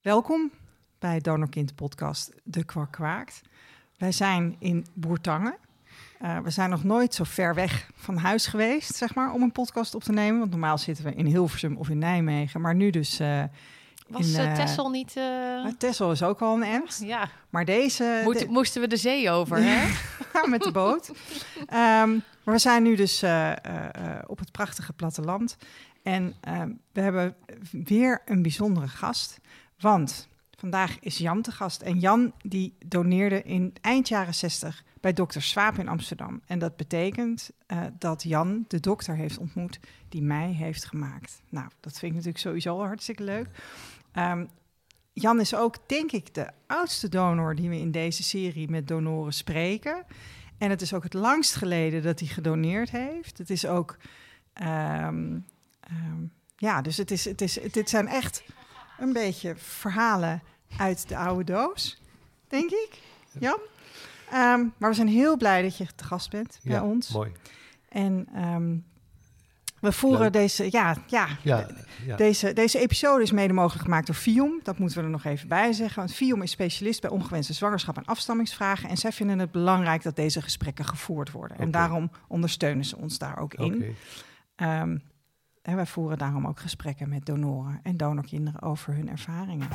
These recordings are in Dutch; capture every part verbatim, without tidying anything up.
Welkom bij Donorkind podcast De Kwak Kwaakt. Wij zijn in Bourtange. Uh, we zijn nog nooit zo ver weg van huis geweest, zeg maar, om een podcast op te nemen. Want normaal zitten we in Hilversum of in Nijmegen. Maar nu dus... Uh, Was in, uh, Texel niet... Uh... Texel is ook al een ernst. Ja. Maar deze... Moet, de... Moesten we de zee over, hè? Met de boot. um, maar we zijn nu dus uh, uh, uh, op het prachtige platteland. En uh, we hebben weer een bijzondere gast. Want vandaag is Jan te gast. En Jan die doneerde in eind jaren zestig bij dokter Swaap in Amsterdam. En dat betekent uh, dat Jan de dokter heeft ontmoet die mij heeft gemaakt. Nou, dat vind ik natuurlijk sowieso al hartstikke leuk. Um, Jan is ook, denk ik, de oudste donor die we in deze serie met donoren spreken. En het is ook het langst geleden dat hij gedoneerd heeft. Het is ook... Um, um, ja, dus het is, het is, het, dit zijn echt een beetje verhalen uit de oude doos, denk ik. Jan? Um, maar we zijn heel blij dat je te gast bent bij ja, ons. Mooi. En um, we voeren Leuk. deze, ja, ja, ja, ja. Deze, deze episode is mede mogelijk gemaakt door Fiom. Dat moeten we er nog even bij zeggen. Want Fiom is specialist bij ongewenste zwangerschap en afstammingsvragen. En zij vinden het belangrijk dat deze gesprekken gevoerd worden. Okay. En daarom ondersteunen ze ons daar ook in. Okay. Um, en wij voeren daarom ook gesprekken met donoren en donorkinderen over hun ervaringen.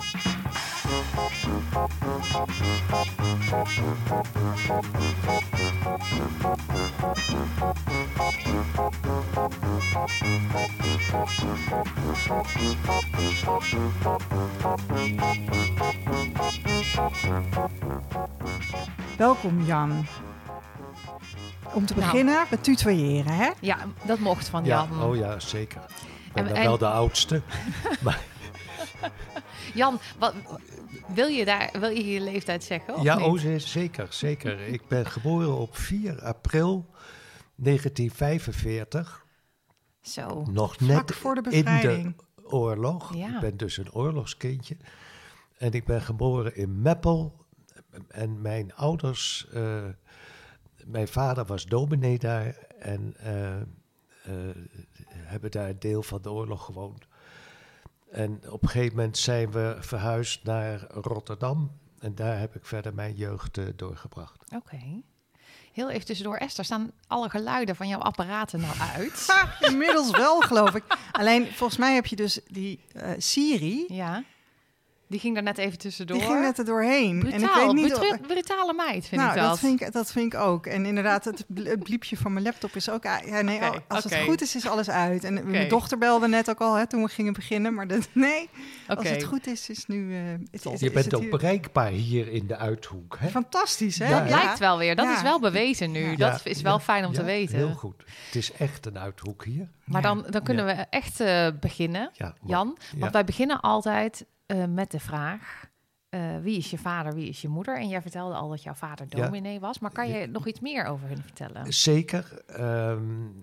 Welkom Jan. Om te beginnen, nou, we tutoyeren, hè? Ja, dat mocht van Jan. Ja, oh ja, zeker. Ik ben en, en... wel de oudste. maar... Jan, wat, wil, je daar, wil je je leeftijd zeggen? Of ja, niet? Oh, zeker, zeker. Ik ben geboren op vier april negentien vijfenveertig. Zo, nog net voor de bevrijding. In de oorlog. Ja. Ik ben dus een oorlogskindje. En ik ben geboren in Meppel. En mijn ouders... Uh, Mijn vader was dominee daar en uh, uh, hebben daar een deel van de oorlog gewoond. En op een gegeven moment zijn we verhuisd naar Rotterdam. En daar heb ik verder mijn jeugd uh, doorgebracht. Oké. Okay. Heel even tussendoor, Esther, staan alle geluiden van jouw apparaten nou uit? Ha, inmiddels wel, geloof ik. Alleen, volgens mij heb je dus die uh, Siri... Ja. Die ging er net even tussendoor. Die ging net er doorheen. Brutaal, en ik weet niet brutu- of... brutale meid vind nou, ik dat. dat vind ik, dat vind ik ook. En inderdaad, het, het bliepje van mijn laptop is ook... Ja, nee, okay, als okay. het goed is, is alles uit. En okay. Mijn dochter belde net ook al, hè, toen we gingen beginnen. Maar dat, nee, okay. als het goed is, is nu... Uh, is, is, Je is bent ook hier... bereikbaar hier in de Uithoek, hè? Fantastisch, hè? Dat ja. blijkt wel weer. Dat ja. is wel bewezen nu. Ja. Dat is wel ja. fijn om ja, te weten. Heel goed. Het is echt een Uithoek hier. Maar dan, dan kunnen ja. we echt uh, beginnen, ja, Jan. Want ja. wij beginnen altijd uh, met de vraag... Uh, wie is je vader, wie is je moeder? En jij vertelde al dat jouw vader dominee ja. was. Maar kan je ja. nog iets meer over hun vertellen? Zeker. Um,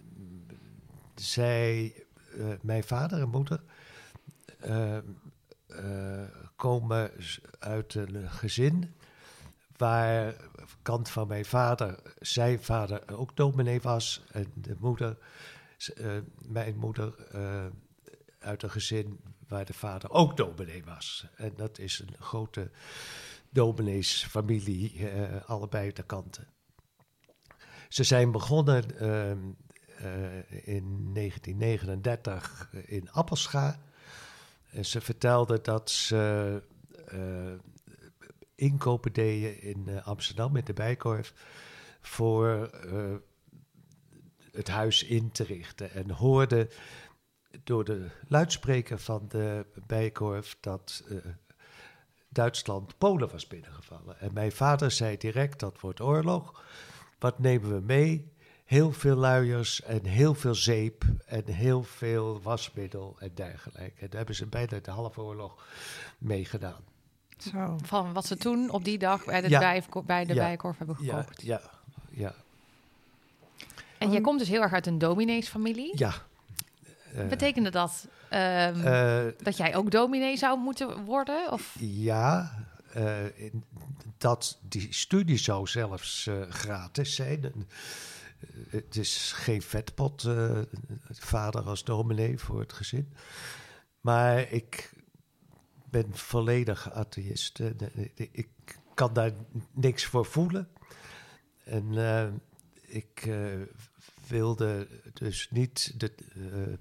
zij, uh, mijn vader en moeder... Uh, uh, komen uit een gezin... waar kant van mijn vader... zijn vader ook dominee was. En de moeder... Uh, mijn moeder... Uh, uit een gezin... waar de vader ook dominee was. En dat is een grote domineesfamilie, uh, allebei de kanten. Ze zijn begonnen uh, uh, in negentien negenendertig in Appelscha. En ze vertelden dat ze uh, inkopen deden in uh, Amsterdam, in de Bijenkorf, voor uh, het huis in te richten. En hoorden... door de luidspreker van de Bijenkorf dat uh, Duitsland Polen was binnengevallen. En mijn vader zei direct, dat wordt oorlog. Wat nemen we mee? Heel veel luiers en heel veel zeep en heel veel wasmiddel en dergelijke. En daar hebben ze bijna de halve oorlog meegedaan. Zo. Van wat ze toen op die dag bij de, ja. bij, bij de ja. Bijenkorf hebben gekocht. Ja, ja, ja. En jij komt dus heel erg uit een domineesfamilie? Ja. Uh, Betekende dat um, uh, dat jij ook dominee zou moeten worden? Of? Ja, uh, dat, die studie zou zelfs uh, gratis zijn. Uh, het is geen vetpot, uh, vader als dominee voor het gezin. Maar ik ben volledig atheïst. Uh, ik kan daar niks voor voelen. En uh, ik uh, wilde dus niet de, uh,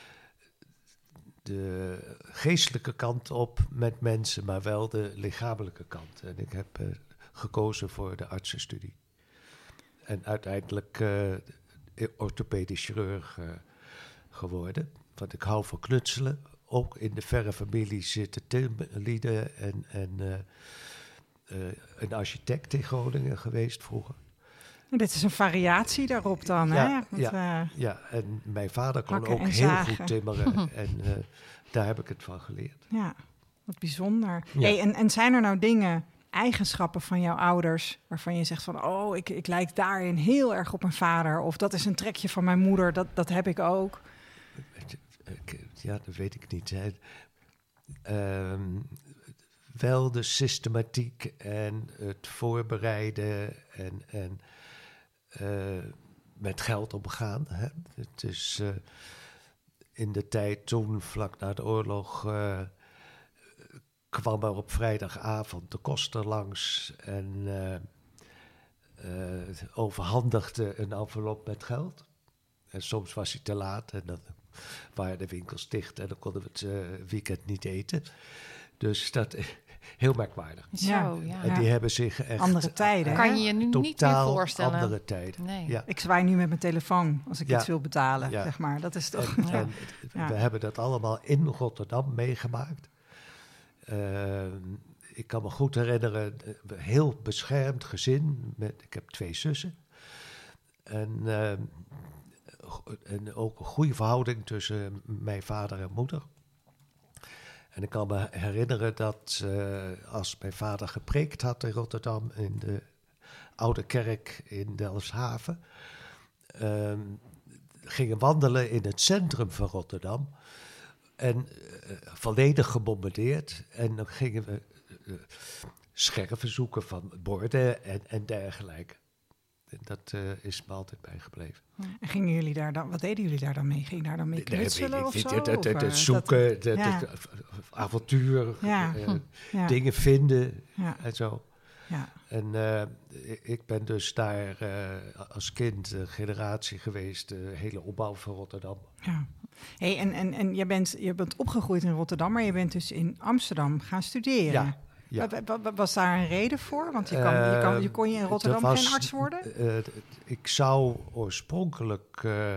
de geestelijke kant op met mensen, maar wel de lichamelijke kant. En ik heb uh, gekozen voor de artsenstudie. En uiteindelijk uh, orthopedisch chirurg uh, geworden. Want ik hou van knutselen. Ook in de verre familie zitten timmerlieden en, en uh, uh, een architect in Groningen geweest vroeger. En dit is een variatie daarop dan, ja, hè? Want, ja, uh, ja, en mijn vader kon ook heel zagen. goed timmeren. en uh, daar heb ik het van geleerd. Ja, wat bijzonder. Ja. Hey, en, en zijn er nou dingen, eigenschappen van jouw ouders, waarvan je zegt van, oh, ik, ik lijk daarin heel erg op mijn vader. Of dat is een trekje van mijn moeder, dat, dat heb ik ook. Ja, dat weet ik niet. Hè. Um, wel de systematiek en het voorbereiden en, en uh, met geld omgaan. Hè. Het is uh, in de tijd toen, vlak na de oorlog, uh, kwam er op vrijdagavond de koster langs en uh, uh, overhandigde een envelop met geld. En soms was hij te laat en dan waren de winkels dicht en dan konden we het uh, weekend niet eten. Dus dat is heel merkwaardig. Zo, ja. En die hebben zich echt... Andere tijden, hè? Kan je je nu niet meer voorstellen. Andere tijden. Nee. Ja. Ik zwaai nu met mijn telefoon als ik ja. iets wil betalen, ja. zeg maar. Dat is toch... En, ja. en ja. we hebben dat allemaal in Rotterdam meegemaakt. Uh, ik kan me goed herinneren, een heel beschermd gezin. Met, ik heb twee zussen. En... Uh, En ook een goede verhouding tussen mijn vader en moeder. En ik kan me herinneren dat uh, als mijn vader gepreekt had in Rotterdam, in de Oude Kerk in Delfshaven, uh, gingen wandelen in het centrum van Rotterdam. En uh, volledig gebombardeerd. En dan gingen we uh, scherven zoeken van borden en, en dergelijke. Dat uh, is me altijd bijgebleven. En gingen jullie daar dan, wat deden jullie daar dan mee? Ging daar dan mee knutselen nee, of zo? Het, het, het zoeken, dat, het, ja. het avontuur, ja. uh, hm. ja. dingen vinden ja. en zo. Ja. En uh, ik ben dus daar uh, als kind een generatie geweest, de hele opbouw van Rotterdam. Ja. Hey, en en, en je, bent, je bent opgegroeid in Rotterdam, maar je bent dus in Amsterdam gaan studeren. Ja. Ja. Was daar een reden voor? Want je, kan, je, kan, je kon je in Rotterdam was, geen arts worden? Uh, ik zou oorspronkelijk... Uh,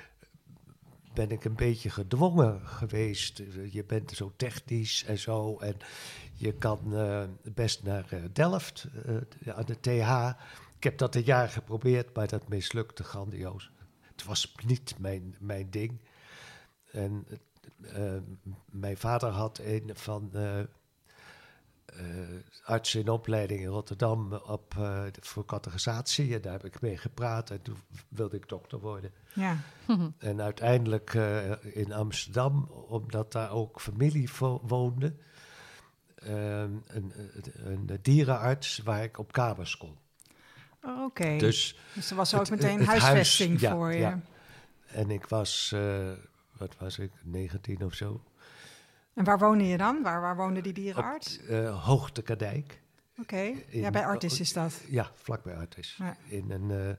ben ik een beetje gedwongen geweest. Je bent zo technisch en zo. En je kan uh, best naar uh, Delft, uh, aan de T H. Ik heb dat een jaar geprobeerd, maar dat mislukte grandioos. Het was niet mijn, mijn ding. En uh, mijn vader had een van... Uh, Uh, arts in opleiding in Rotterdam op, uh, voor categorisatie. En daar heb ik mee gepraat en toen wilde ik dokter worden. Ja. En uiteindelijk uh, in Amsterdam, omdat daar ook familie vo- woonde, uh, een, een, een dierenarts waar ik op kamers kon. Oh, Oké, okay. dus, dus er was ook het, meteen het huisvesting huis, ja, voor je. Ja. En ik was, uh, wat was ik, negentien of zo. En waar woonde je dan? Waar, waar woonde die dierenarts? Op uh, Hoogtekadijk. Oké, okay. ja, bij Artis is dat. Ja, vlakbij Artis. Ja. In een uh,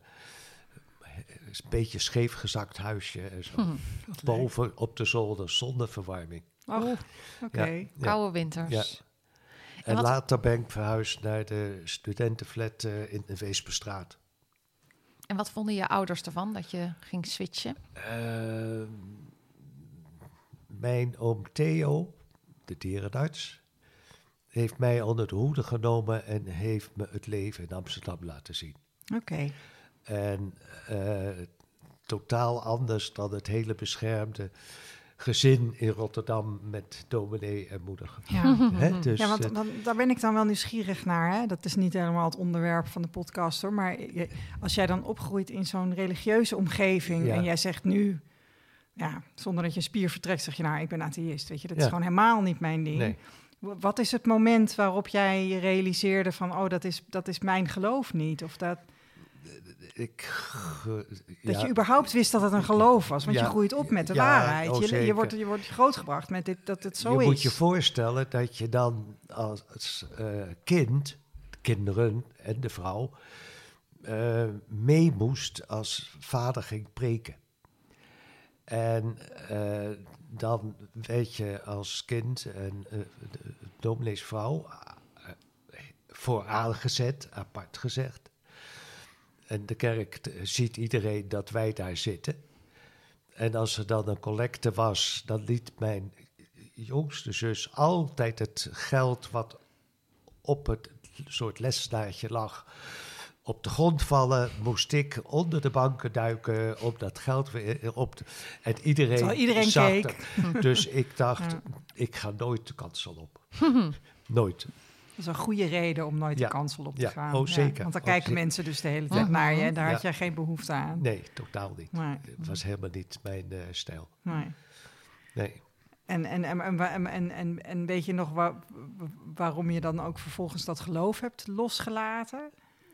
een beetje scheef gezakt huisje en zo. Hm, boven leuk. Op de zolder, zonder verwarming. Oh, oké. Okay. Ja, koude winters. Ja. En, en wat... later ben ik verhuisd naar de studentenflat uh, in de Weesperstraat. En wat vonden je ouders ervan, dat je ging switchen? Uh, Mijn oom Theo, de dierenarts, heeft mij onder de hoede genomen en heeft me het leven in Amsterdam laten zien. Oké. Okay. En uh, totaal anders dan het hele beschermde gezin in Rotterdam met dominee en moeder. Ja, hè? Dus, ja want uh, dan, daar ben ik dan wel nieuwsgierig naar. Hè? Dat is niet helemaal het onderwerp van de podcast, hoor. Maar je, als jij dan opgroeit in zo'n religieuze omgeving ja. en jij zegt nu... Ja, zonder dat je een spier vertrekt, zeg je, nou, ik ben atheïst. Weet je, dat ja. is gewoon helemaal niet mijn ding. Nee. Wat is het moment waarop jij je realiseerde van, oh, dat is, dat is mijn geloof niet? Of dat... ik, uh, dat ja. je überhaupt wist dat het een geloof was. Want ja, je groeit op met de ja, waarheid. oh, je, je, wordt, zeker. je wordt grootgebracht met dit, dat het zo je is. Je moet je voorstellen dat je dan als uh, kind, kinderen en de vrouw, uh, mee moest als vader ging preken. En uh, dan werd je als kind en uh, de domineesvrouw uh, vooraan gezet, apart gezegd. En de kerk t- ziet iedereen dat wij daar zitten. En als er dan een collecte was, dan liet mijn jongste zus altijd het geld wat op het soort lesnaadje lag op de grond vallen. Moest ik onder de banken duiken om dat geld weer op te... En iedereen, iedereen zag keek. het. Dus ik dacht, Ja. ik ga nooit de kansel op. Nooit. Dat is een goede reden om nooit Ja. de kansel op te Ja. gaan. Oh, zeker. Want dan Oh, kijken zeker. mensen dus de hele tijd Ja. naar je. En daar Ja. had jij geen behoefte aan. Nee, totaal niet. Nee. Het was helemaal niet mijn uh, stijl. Nee. Nee. En, en, en, en, en, en, en weet je nog waar, waarom je dan ook vervolgens dat geloof hebt losgelaten?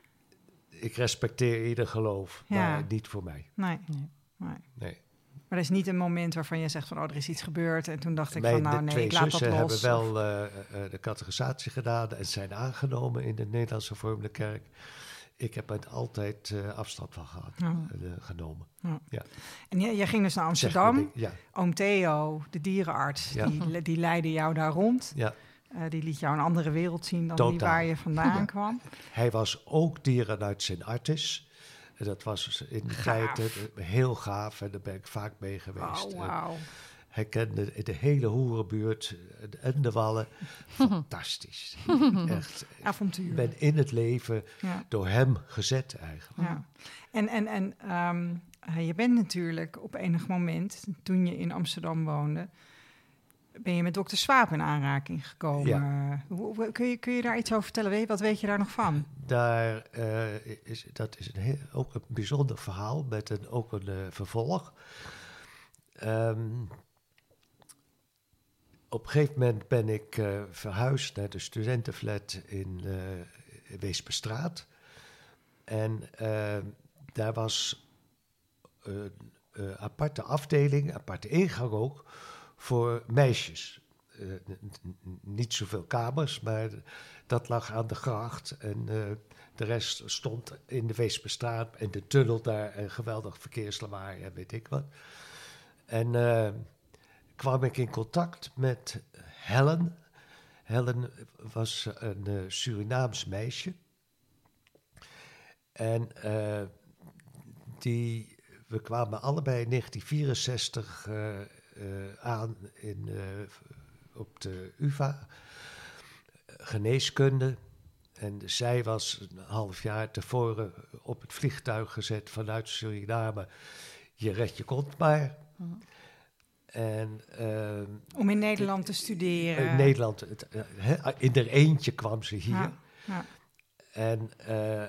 Ik respecteer ieder geloof, Ja. maar niet voor mij. Nee. nee. nee. Nee. Maar er is niet een moment waarvan je zegt van, oh, er is iets gebeurd. En toen dacht ik Mijn van, nou de nee, twee ik laat dat zussen los. hebben Of- wel uh, uh, de catechisatie gedaan en zijn aangenomen in de Nederlandse Hervormde Kerk. Ik heb er altijd uh, afstand van gehad, Ja. uh, genomen. Ja. Ja. En jij, jij ging dus naar Zeg Amsterdam. maar, ja, Oom Theo, de dierenarts, Ja. die, die leidde jou daar rond. ja. Uh, die liet jou een andere wereld zien dan Totaal. die waar je vandaan kwam. Hij was ook dierenarts in Artis. En dat was in de Gaaf. tijd uh, heel gaaf en daar ben ik vaak mee geweest. Oh, wauw. Hij kende de hele hoerenbuurt en de wallen. Fantastisch. Echt. Avontuur. Ik ben in het leven Ja. door hem gezet eigenlijk. Ja. En, en, en um, uh, je bent natuurlijk op enig moment, toen je in Amsterdam woonde, ben je met dokter Swaap in aanraking gekomen. Ja. Hoe, hoe- kun, je, kun je daar iets over vertellen? Weet, wat weet je daar nog van? Daar, uh, is, dat is een heel, ook een bijzonder verhaal met een, ook een uh, vervolg. Um, op een gegeven moment ben ik uh, verhuisd naar de studentenflat in uh, Weesperstraat. En uh, daar was een uh, aparte afdeling, aparte ingang ook, voor meisjes. Uh, n- n- niet zoveel kamers, maar dat lag aan de gracht. En uh, de rest stond in de Weesperstraat en de tunnel daar. En geweldig verkeerslawaai en weet ik wat. En uh, kwam ik in contact met Helen. Helen was een uh, Surinaams meisje. En uh, die, we kwamen allebei in negentien vierenzestig uh, uh, aan in, uh, op de U vA, geneeskunde. En zij was een half jaar tevoren op het vliegtuig gezet vanuit Suriname. Je redt je kont maar. Mm. En, uh, Om in Nederland te studeren. in Nederland, het, uh, he, in der eentje kwam ze hier. Ja, ja. En uh,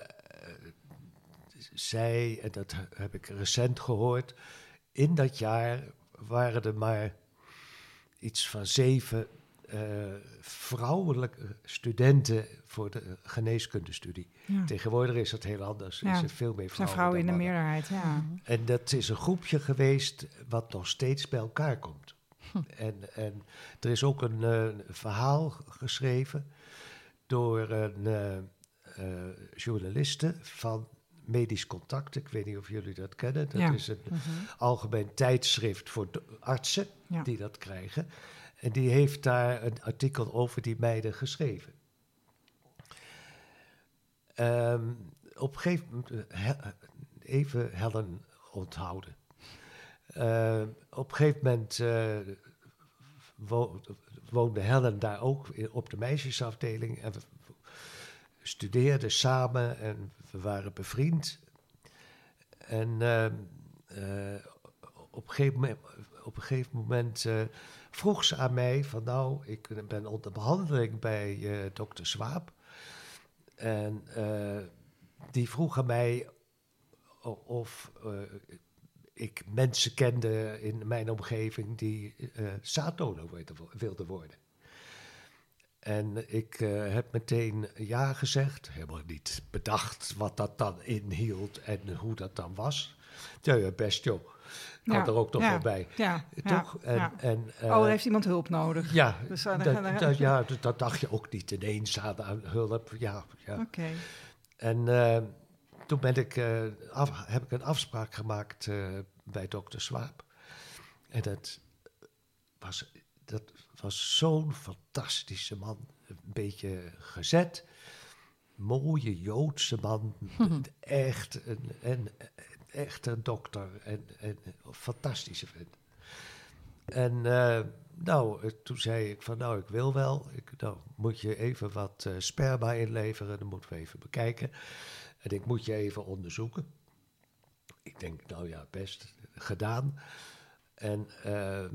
zij, en dat heb ik recent gehoord, in dat jaar waren er maar iets van zeven uh, vrouwelijke studenten voor de geneeskundestudie. Ja. Tegenwoordig is dat heel anders. Ja. Er zijn veel meer Er zijn vrouwen vrouwen in de dan mannen. meerderheid, ja. En dat is een groepje geweest wat nog steeds bij elkaar komt. Hm. En, en er is ook een uh, verhaal geschreven door een uh, uh, journaliste van Medisch Contact. Ik weet niet of jullie dat kennen. Dat Ja. is een Mm-hmm. algemeen tijdschrift voor artsen Ja. die dat krijgen. En die heeft daar een artikel over die meiden geschreven. Um, op een gegeven moment, he, even Helen onthouden. Uh, op een gegeven moment uh, wo- woonde Helen daar ook in, op de meisjesafdeling. En we studeerden samen en we waren bevriend. En uh, uh, op een gegeven moment, op een gegeven moment uh, vroeg ze aan mij van nou, ik ben onder behandeling bij uh, dokter Swaap. En uh, die vroeg aan mij of uh, ik mensen kende in mijn omgeving die uh, zaaddonor wilden worden. En ik uh, heb meteen ja gezegd. Helemaal niet bedacht wat dat dan inhield en hoe dat dan was. Ja, best joh. Kan ja, er ook nog ja, wel bij. Ja, toch? Ja, en, ja. en, uh, oh, heeft iemand hulp nodig? Ja, dus, uh, dat, dat, dat, ja dat dacht je ook niet ineens aan, aan hulp. Ja, ja. Oké. Okay. En uh, toen ben ik, uh, af, heb ik een afspraak gemaakt uh, bij dokter Swaap. En dat was, dat was zo'n fantastische man. Een beetje gezet. Mooie Joodse man. Echt een, een, echt een dokter. En, en een fantastische vent. En uh, nou, toen zei ik van nou, ik wil wel. Ik, nou, moet je even wat uh, sperma inleveren. Dan moeten we even bekijken. En ik moet je even onderzoeken. Ik denk, nou ja, best gedaan. En uh,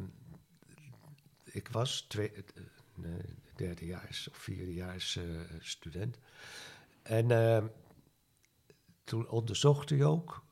ik was twee, uh, derdejaars of vierdejaars uh, student. En uh, toen onderzocht hij ook.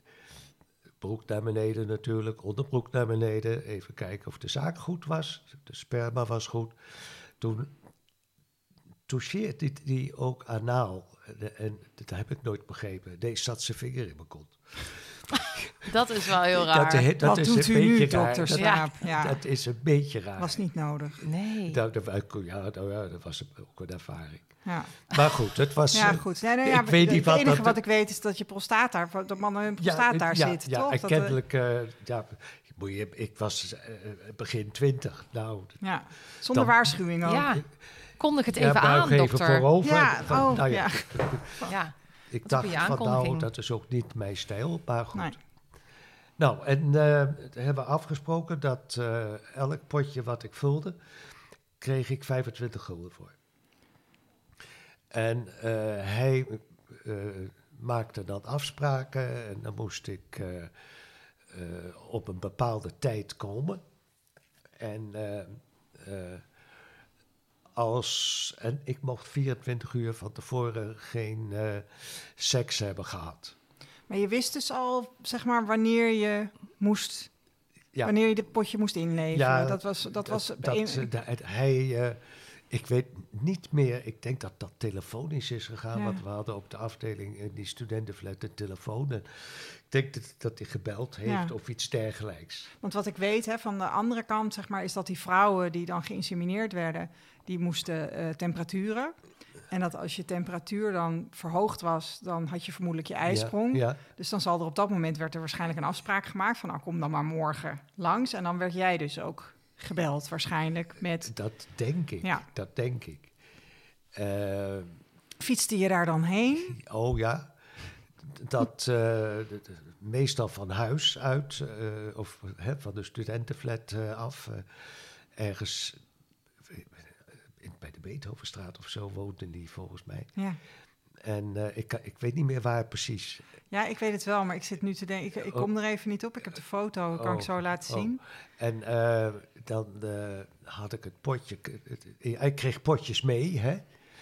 Broek naar beneden natuurlijk, onderbroek naar beneden. Even kijken of de zaak goed was. De sperma was goed. Toen toucheerde hij ook anaal. En, en dat heb ik nooit begrepen. Deze zat zijn vinger in mijn kont. Dat is wel heel raar. Dat, dat, dat Wat is doet een u beetje nu, raar. dokter Swaap? Ja. Ja. Dat is een beetje raar. Was niet nodig. Nee. Dat, dat, ja, nou ja, dat was ook een ervaring. Ja. Maar goed, het was... Ja, goed. Ja, nou ja, ik weet de, niet het wat enige dat, wat ik weet is dat je prostaat daar, dat mannen hun prostaat ja, daar ja, zit, ja, toch? En dat kennelijk, uh, ja, ik was uh, begin twintig. Nou, ja, zonder dan, waarschuwing ook. Ja, kondig het ja, even aan, even dokter. Voorover. Ja, van, oh, nou ja. ja. ja. Ik dacht van nou, dat is ook niet mijn stijl, maar goed. Nee. Nou, en uh, hebben we afgesproken dat uh, elk potje wat ik vulde, kreeg ik vijfentwintig gulden voor. En uh, hij uh, maakte dan afspraken en dan moest ik uh, uh, op een bepaalde tijd komen. En, uh, uh, als, en ik mocht vierentwintig uur van tevoren geen uh, seks hebben gehad. Maar je wist dus al, zeg maar, wanneer je moest, ja. wanneer je dit potje moest inleveren. Ja, dat was, dat, dat was. Dat, een... dat, hij, uh, ik weet niet meer. Ik denk dat dat telefonisch is gegaan, ja. Want we hadden op de afdeling in die studentenflat een telefoon. En ik denk dat, dat hij gebeld heeft ja. of iets dergelijks. Want wat ik weet, hè, van de andere kant, zeg maar, is dat die vrouwen die dan geïnsemineerd werden, die moesten uh, temperaturen. En dat als je temperatuur dan verhoogd was, dan had je vermoedelijk je ijsprong. Ja, ja. Dus dan zal er op dat moment werd er waarschijnlijk een afspraak gemaakt van, nou kom dan maar morgen langs. En dan werd jij dus ook gebeld waarschijnlijk met... Dat denk ik, ja. dat denk ik. Uh, Fietste je daar dan heen? Oh ja, dat uh, de, de, meestal van huis uit, uh, of hè, van de studentenflat uh, af, uh, ergens... bij de Beethovenstraat of zo woonde die volgens mij. Ja. En uh, ik, ik weet niet meer waar precies. Ja, ik weet het wel, maar ik zit nu te denken... Ik, ik kom oh. er even niet op. Ik heb de foto, kan oh. ik zo laten oh. zien. En uh, dan uh, had ik het potje... Ik kreeg potjes mee, hè.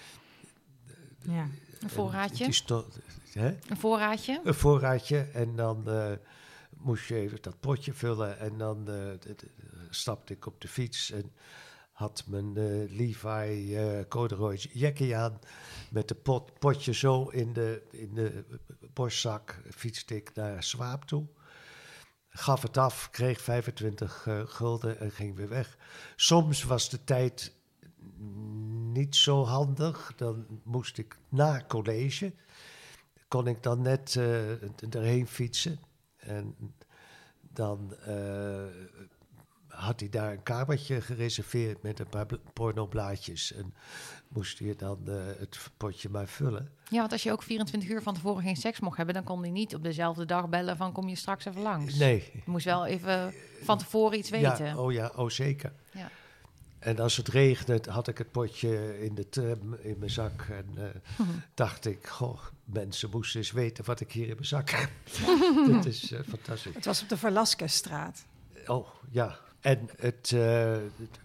Ja, een voorraadje. Sto- hè? Een voorraadje. Een voorraadje. En dan uh, moest je even dat potje vullen. En dan uh, de, de, stapte ik op de fiets en... had mijn uh, Levi uh, corduroy jackie aan, met de pot, potje zo in de, in de borstzak, fietste ik naar Swaap toe. Gaf het af, kreeg vijfentwintig uh, gulden en ging weer weg. Soms was de tijd niet zo handig, dan moest ik na college, kon ik dan net uh, erheen fietsen. En dan... Uh, had hij daar een kamertje gereserveerd met een paar pornoblaadjes. En moest hij dan uh, het potje maar vullen. Ja, want als je ook vierentwintig uur van tevoren geen seks mocht hebben... dan kon hij niet op dezelfde dag bellen van kom je straks even langs. Nee. Je moest wel even van tevoren iets weten. Ja, oh ja, oh zeker. Ja. En als het regende, had ik het potje in de tram in mijn zak. En uh, dacht ik, goh, mensen moesten eens weten wat ik hier in mijn zak heb. Dat is uh, fantastisch. Het was op de Velasquezstraat. Oh, ja. En het, uh, het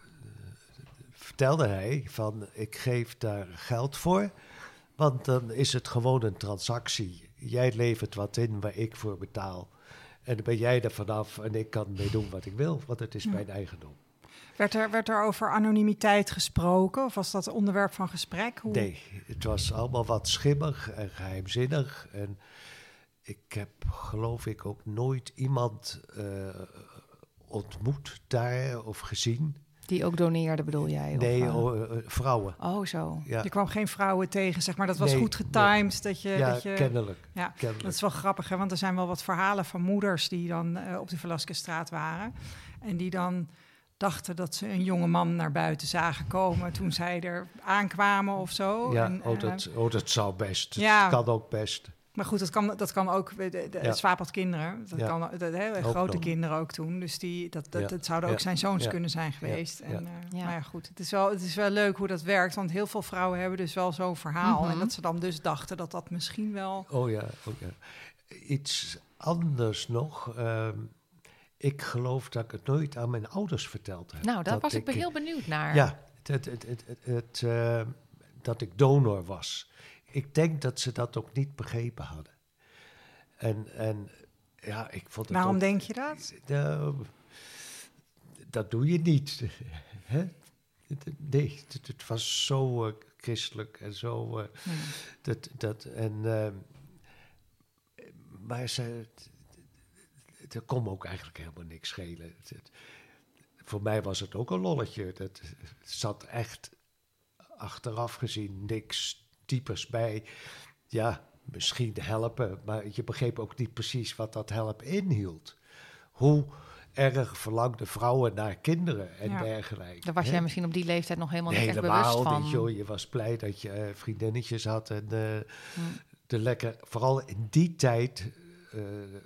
vertelde hij van, ik geef daar geld voor, want dan is het gewoon een transactie. Jij levert wat in waar ik voor betaal. En dan ben jij er vanaf en ik kan mee doen wat ik wil, want het is mijn eigendom. Werd er, werd er over anonimiteit gesproken? Of was dat onderwerp van gesprek? Hoe... Nee, het was allemaal wat schimmig en geheimzinnig. En ik heb, geloof ik, ook nooit iemand uh, ontmoet daar of gezien. Die ook doneerde, bedoel jij? Nee, of, uh, uh, vrouwen. Oh, zo. Ja. Je kwam geen vrouwen tegen, zeg maar. Dat was nee, goed getimed. Nee. Dat je, ja, dat je, kennelijk, ja, kennelijk. Dat is wel grappig, hè? Want er zijn wel wat verhalen van moeders die dan uh, op de Velasquezstraat waren. En die dan dachten dat ze een jonge man naar buiten zagen komen toen zij er aankwamen of zo. Ja, en, oh, dat, uh, oh, dat zou best. Ja. Dat kan ook best. Maar goed, dat kan, dat kan ook, de, de ja. Swaap had kinderen, dat ja. kan, de, de, de grote dan. kinderen ook toen. Dus die, dat, dat, ja. dat zouden ook ja. zijn zoons ja. kunnen zijn geweest. Ja. En, uh, ja. Maar ja, goed, het is, wel, het is wel leuk hoe dat werkt, want heel veel vrouwen hebben dus wel zo'n verhaal. Mm-hmm. En dat ze dan dus dachten dat dat misschien wel... Oh ja, oh ja. Iets anders nog... Uh, ik geloof dat ik het nooit aan mijn ouders verteld heb. Nou, daar dat was ik, ik heel benieuwd naar. Ja, het, het, het, het, het, uh, dat ik donor was. Ik denk dat ze dat ook niet begrepen hadden. En, en ja, ik vond het Waarom ook, denk je dat? Uh, dat doe je niet. Hè? Nee, het, het was zo uh, christelijk en zo... Uh, hmm. dat, dat, en, uh, maar ze... Er kon me ook eigenlijk helemaal niks schelen. Het, het, voor mij was het ook een lolletje. Dat zat echt achteraf gezien niks types bij. Ja, misschien helpen, maar je begreep ook niet precies wat dat helpen inhield. Hoe erg verlangden vrouwen naar kinderen en ja. dergelijke. Daar was jij misschien op die leeftijd nog helemaal niet echt bewust van. Helemaal niet, joh. Je was blij dat je uh, vriendinnetjes had en uh, hmm. de lekker, vooral in die tijd... Uh,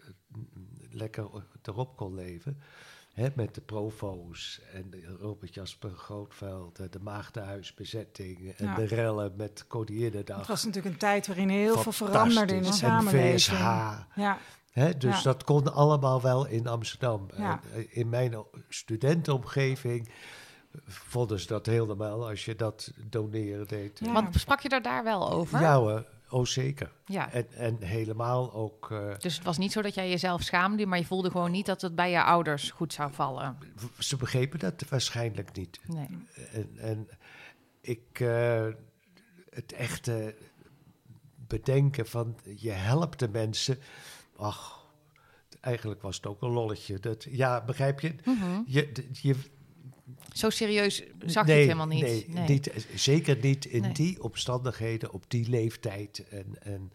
lekker erop kon leven. Hè, met de provo's en de Robert Jasper Grootveld, de Maagdenhuisbezetting en ja. de rellen met Koninginnedag. Het was natuurlijk een tijd waarin heel veel veranderde in de samenleving. En V S H. Ja. Hè, dus ja. dat kon allemaal wel in Amsterdam. Ja. En in mijn studentenomgeving vonden ze dat helemaal als je dat doneren deed. Ja. Want sprak je daar daar wel over? Ja hoor. Oh, zeker. Ja. En, en helemaal ook... Uh, dus het was niet zo dat jij jezelf schaamde, maar je voelde gewoon niet dat het bij je ouders goed zou vallen? Ze begrepen dat waarschijnlijk niet. Nee. En, en ik... Uh, het echte bedenken van je helpt de mensen... Ach, eigenlijk was het ook een lolletje. Dat, ja, begrijp je? Mm-hmm. Je... je Zo serieus zag nee, je het helemaal niet. Nee, nee. niet, zeker niet in nee. die omstandigheden, op die leeftijd. En, en,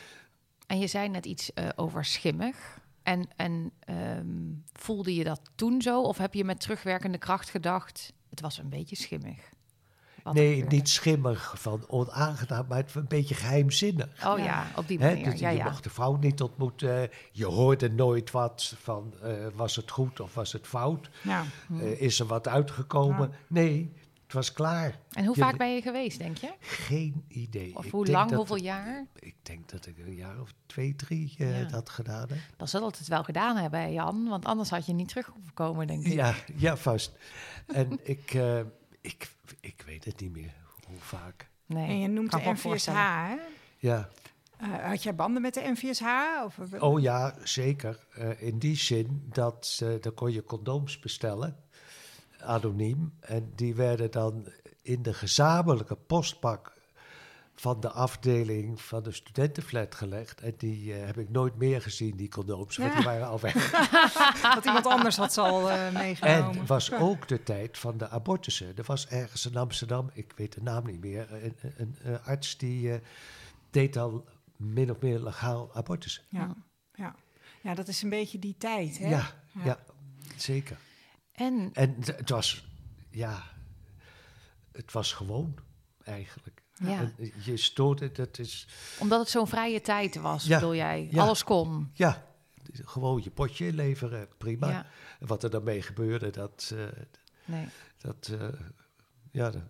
en je zei net iets uh, over schimmig. En, en um, voelde je dat toen zo? Of heb je met terugwerkende kracht gedacht, het was een beetje schimmig? Nee, niet schimmig van onaangenaam, maar het een beetje geheimzinnig. Oh ja, ja op die manier. He, dus ja, je ja. mocht de vrouw niet ontmoeten. Je hoorde nooit wat van uh, was het goed of was het fout? Ja. Uh, is er wat uitgekomen? Ja. Nee, het was klaar. En hoe je, vaak ben je geweest, denk je? Geen idee. Of ik hoe denk lang, dat, hoeveel jaar? Ik denk dat ik een jaar of twee, drie uh, ja. dat gedaan heb. Dat zal het wel gedaan hebben, Jan. Want anders had je niet teruggekomen, denk ik. Ja, ja vast. En ik... Uh, Ik, ik weet het niet meer, hoe vaak. Nee, en je noemt de N V S H, hè? Ja. Uh, had jij banden met de N V S H? Of? Oh ja, zeker. Uh, in die zin dat uh, dan kon je condooms bestellen, anoniem. En die werden dan in de gezamenlijke postbak van de afdeling van de studentenflat gelegd. En die uh, heb ik nooit meer gezien, die condooms, want ja. die waren al weg. Dat iemand anders had ze al uh, meegenomen. En het was ook de tijd van de abortussen. Er was ergens in Amsterdam, ik weet de naam niet meer, een, een, een, een arts die uh, deed al min of meer legaal abortussen. Ja, ja. ja, dat is een beetje die tijd, hè? Ja, ja. ja zeker. En, en het was, ja, het was gewoon eigenlijk. Ja. En je stoorde, dat is... Omdat het zo'n vrije tijd was, ja. bedoel jij? Ja. Alles kon. Ja, gewoon je potje leveren, prima. Ja. En wat er dan mee gebeurde, dat... Uh, nee. Dat, uh, ja, de,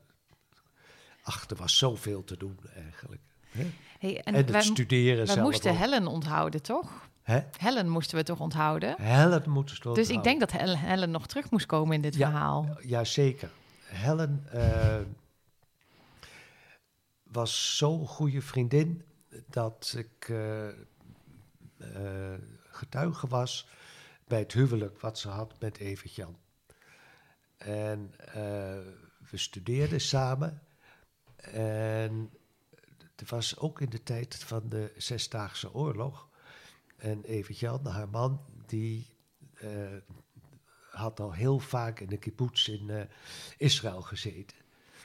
ach, er was zoveel te doen eigenlijk. Hè? Hey, en en het wij, studeren wij moesten ook. Helen onthouden, toch? Hè? Helen moesten we toch onthouden? Helen moesten we Dus onthouden. ik denk dat Helen, Helen nog terug moest komen in dit ja, verhaal. Ja, zeker. Helen uh, was zo'n goede vriendin dat ik uh, uh, getuige was bij het huwelijk wat ze had met Evert Jan. En uh, we studeerden samen. En het was ook in de tijd van de Zesdaagse Oorlog. En Evert-Jan, haar man, die uh, had al heel vaak in de kibbutz in uh, Israël gezeten.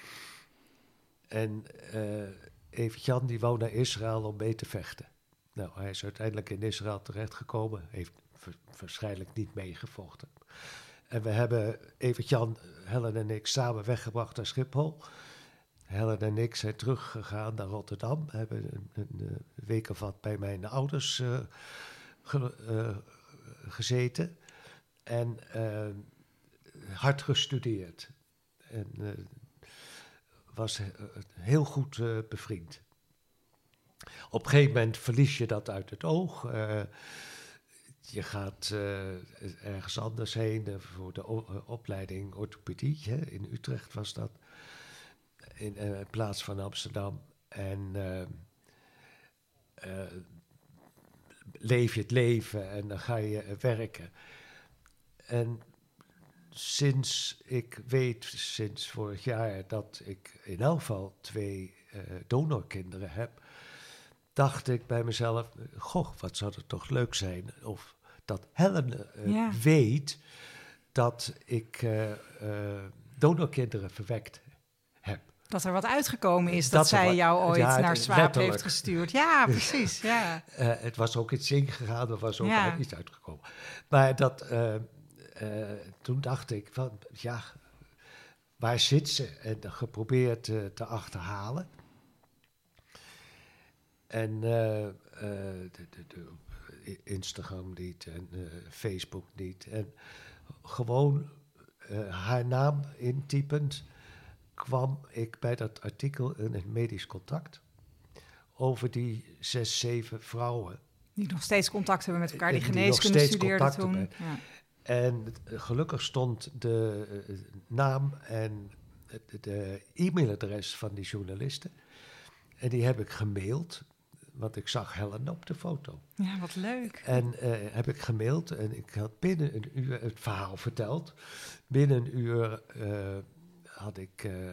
En uh, Evert-Jan die wou naar Israël om mee te vechten. Nou, hij is uiteindelijk in Israël terechtgekomen. Heeft v- waarschijnlijk niet meegevochten. En we hebben Evert-Jan, Helen en ik samen weggebracht naar Schiphol. Helen en ik zijn teruggegaan naar Rotterdam. We hebben een, een, een week of wat bij mijn ouders uh, ge, uh, gezeten. En uh, hard gestudeerd. En uh, was uh, heel goed uh, bevriend. Op een gegeven moment verlies je dat uit het oog. Uh, je gaat uh, ergens anders heen uh, voor de o- uh, opleiding orthopedie. Hè. In Utrecht was dat. In uh, plaats van Amsterdam. En uh, uh, leef je het leven en dan ga je uh, werken. En sinds ik weet, sinds vorig jaar, dat ik in elk geval twee uh, donorkinderen heb, dacht ik bij mezelf, goh, wat zou het toch leuk zijn of dat Helen uh, ja. weet dat ik uh, uh, donorkinderen verwekt heb. Dat er wat uitgekomen is, dat, dat zij wat, jou ooit ja, naar Swaap heeft gestuurd. Ja, precies, ja. uh, het was ook iets ingegaan, er was ook ja. iets uitgekomen. Maar dat, uh, uh, toen dacht ik van, ja, waar zit ze? En geprobeerd uh, te achterhalen. En uh, uh, de, de, de Instagram niet en uh, Facebook niet. En gewoon uh, haar naam intypend kwam ik bij dat artikel in het medisch contact over die zes, zeven vrouwen. Die nog steeds contact hebben met elkaar, die geneeskunde studeerden toen. Ja. En gelukkig stond de uh, naam en de, de e-mailadres van die journalisten. En die heb ik gemaild, want ik zag Helen op de foto. Ja, wat leuk. En uh, heb ik gemaild en ik had binnen een uur het verhaal verteld. Binnen een uur uh, had ik uh,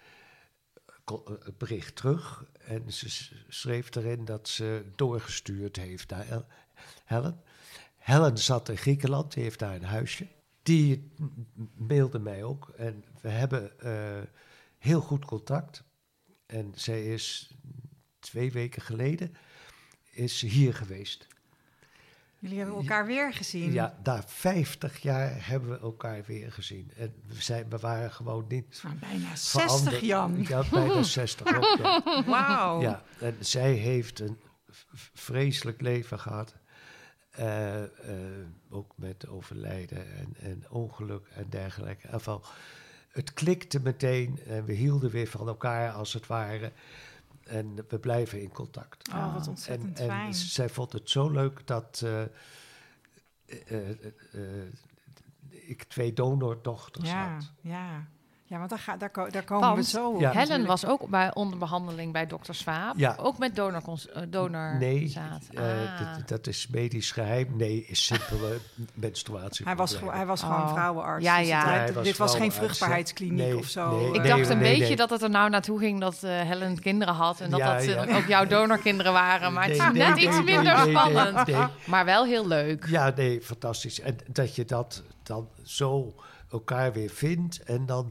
het bericht terug. En ze schreef erin dat ze doorgestuurd heeft naar Helen. Helen zat in Griekenland, die heeft daar een huisje. Die mailde mij ook. En we hebben uh, heel goed contact. En zij is twee weken geleden is hier geweest. Jullie hebben elkaar weer gezien? Ja, na vijftig jaar hebben we elkaar weer gezien. En we, zijn, we waren gewoon niet... Maar bijna zestig, Jan. Ja, bijna zestig ook, ja. Wauw. Ja, en zij heeft een vreselijk leven gehad. Uh, uh, ook met overlijden en, en ongeluk en dergelijke. In ieder geval, het klikte meteen en we hielden weer van elkaar als het ware. En we blijven in contact. Oh, wat ontzettend en, fijn. En zij vond het zo leuk dat uh, uh, uh, uh, ik twee donordochters ja, had. Ja, ja, want daar, ga, daar, daar komen want we zo op. Ja. Helen was ook bij onder behandeling bij dokter Swaap. Ja. Ook met donor, donor nee, zaad. Uh, ah. dat, dat is medisch geheim. Nee, is simpele menstruatie. Hij was, hij was gewoon oh. vrouwenarts. Ja, ja. Dus dit was, dit was geen vruchtbaarheidskliniek nee, of zo. Nee, ik nee, dacht een nee, beetje nee. dat het er nou naartoe ging dat uh, Helen kinderen had. En dat ja, dat uh, ja. ook jouw donorkinderen waren. Maar nee, het is nee, net nee, iets nee, minder nee, spannend. Nee, nee. Maar wel heel leuk. Ja, nee, fantastisch. En dat je dat dan zo elkaar weer vindt en dan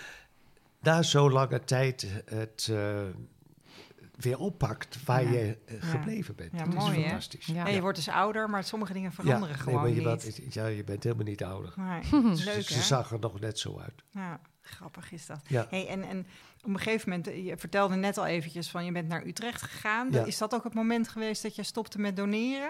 na zo'n lange tijd het uh, weer oppakt waar ja. je uh, ja. gebleven bent. Ja, dat mooi, is fantastisch. Ja. Ja, je wordt dus ouder, maar sommige dingen veranderen ja, gewoon nee, maar je niet. Wat, ja, je bent helemaal niet ouder. Nee. Leuk, ze, ze zag er nog net zo uit. Ja, grappig is dat. Ja. Hey, en, en op een gegeven moment, je vertelde net al eventjes van je bent naar Utrecht gegaan. Ja. Is dat ook het moment geweest dat je stopte met doneren?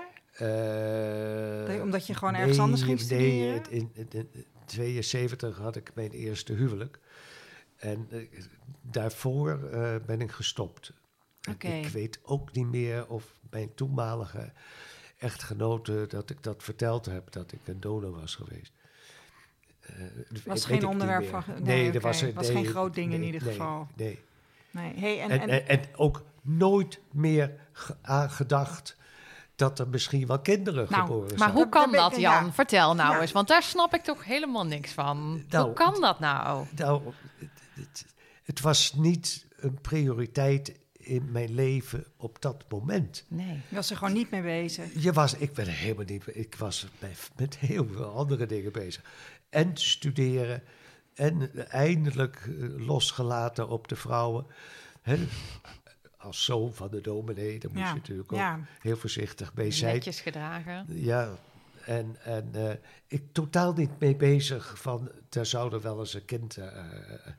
Uh, Omdat je gewoon ergens nee, anders ging studeren? Nee, in, in, in tweeënzeventig had ik mijn eerste huwelijk. En uh, daarvoor uh, ben ik gestopt. Okay. Ik weet ook niet meer of mijn toenmalige echtgenote dat ik dat verteld heb, dat ik een donor was geweest. Uh, was geen onderwerp van... Nee, nee er okay. was, was nee, geen groot ding nee, in ieder nee, geval. Nee. nee. Hey, en, en, en, en, en ook nooit meer ge- aangedacht dat er misschien wel kinderen nou, geboren zijn. Maar hoe kan dat, dat, Jan? Ja. Vertel nou ja. eens, want daar snap ik toch helemaal niks van. Nou, hoe kan dat nou? Nou, het, het, het was niet een prioriteit in mijn leven op dat moment. Nee. Je was er gewoon niet mee bezig. Je was, ik ben er helemaal niet... Ik was met, met heel veel andere dingen bezig. En studeren. En eindelijk losgelaten op de vrouwen. He, als zoon van de dominee, daar moest ja. je natuurlijk ook ja. heel voorzichtig mee zijn. Netjes gedragen. Ja, en, en uh, ik totaal niet mee bezig van... daar zou er wel eens een kind uh, ja.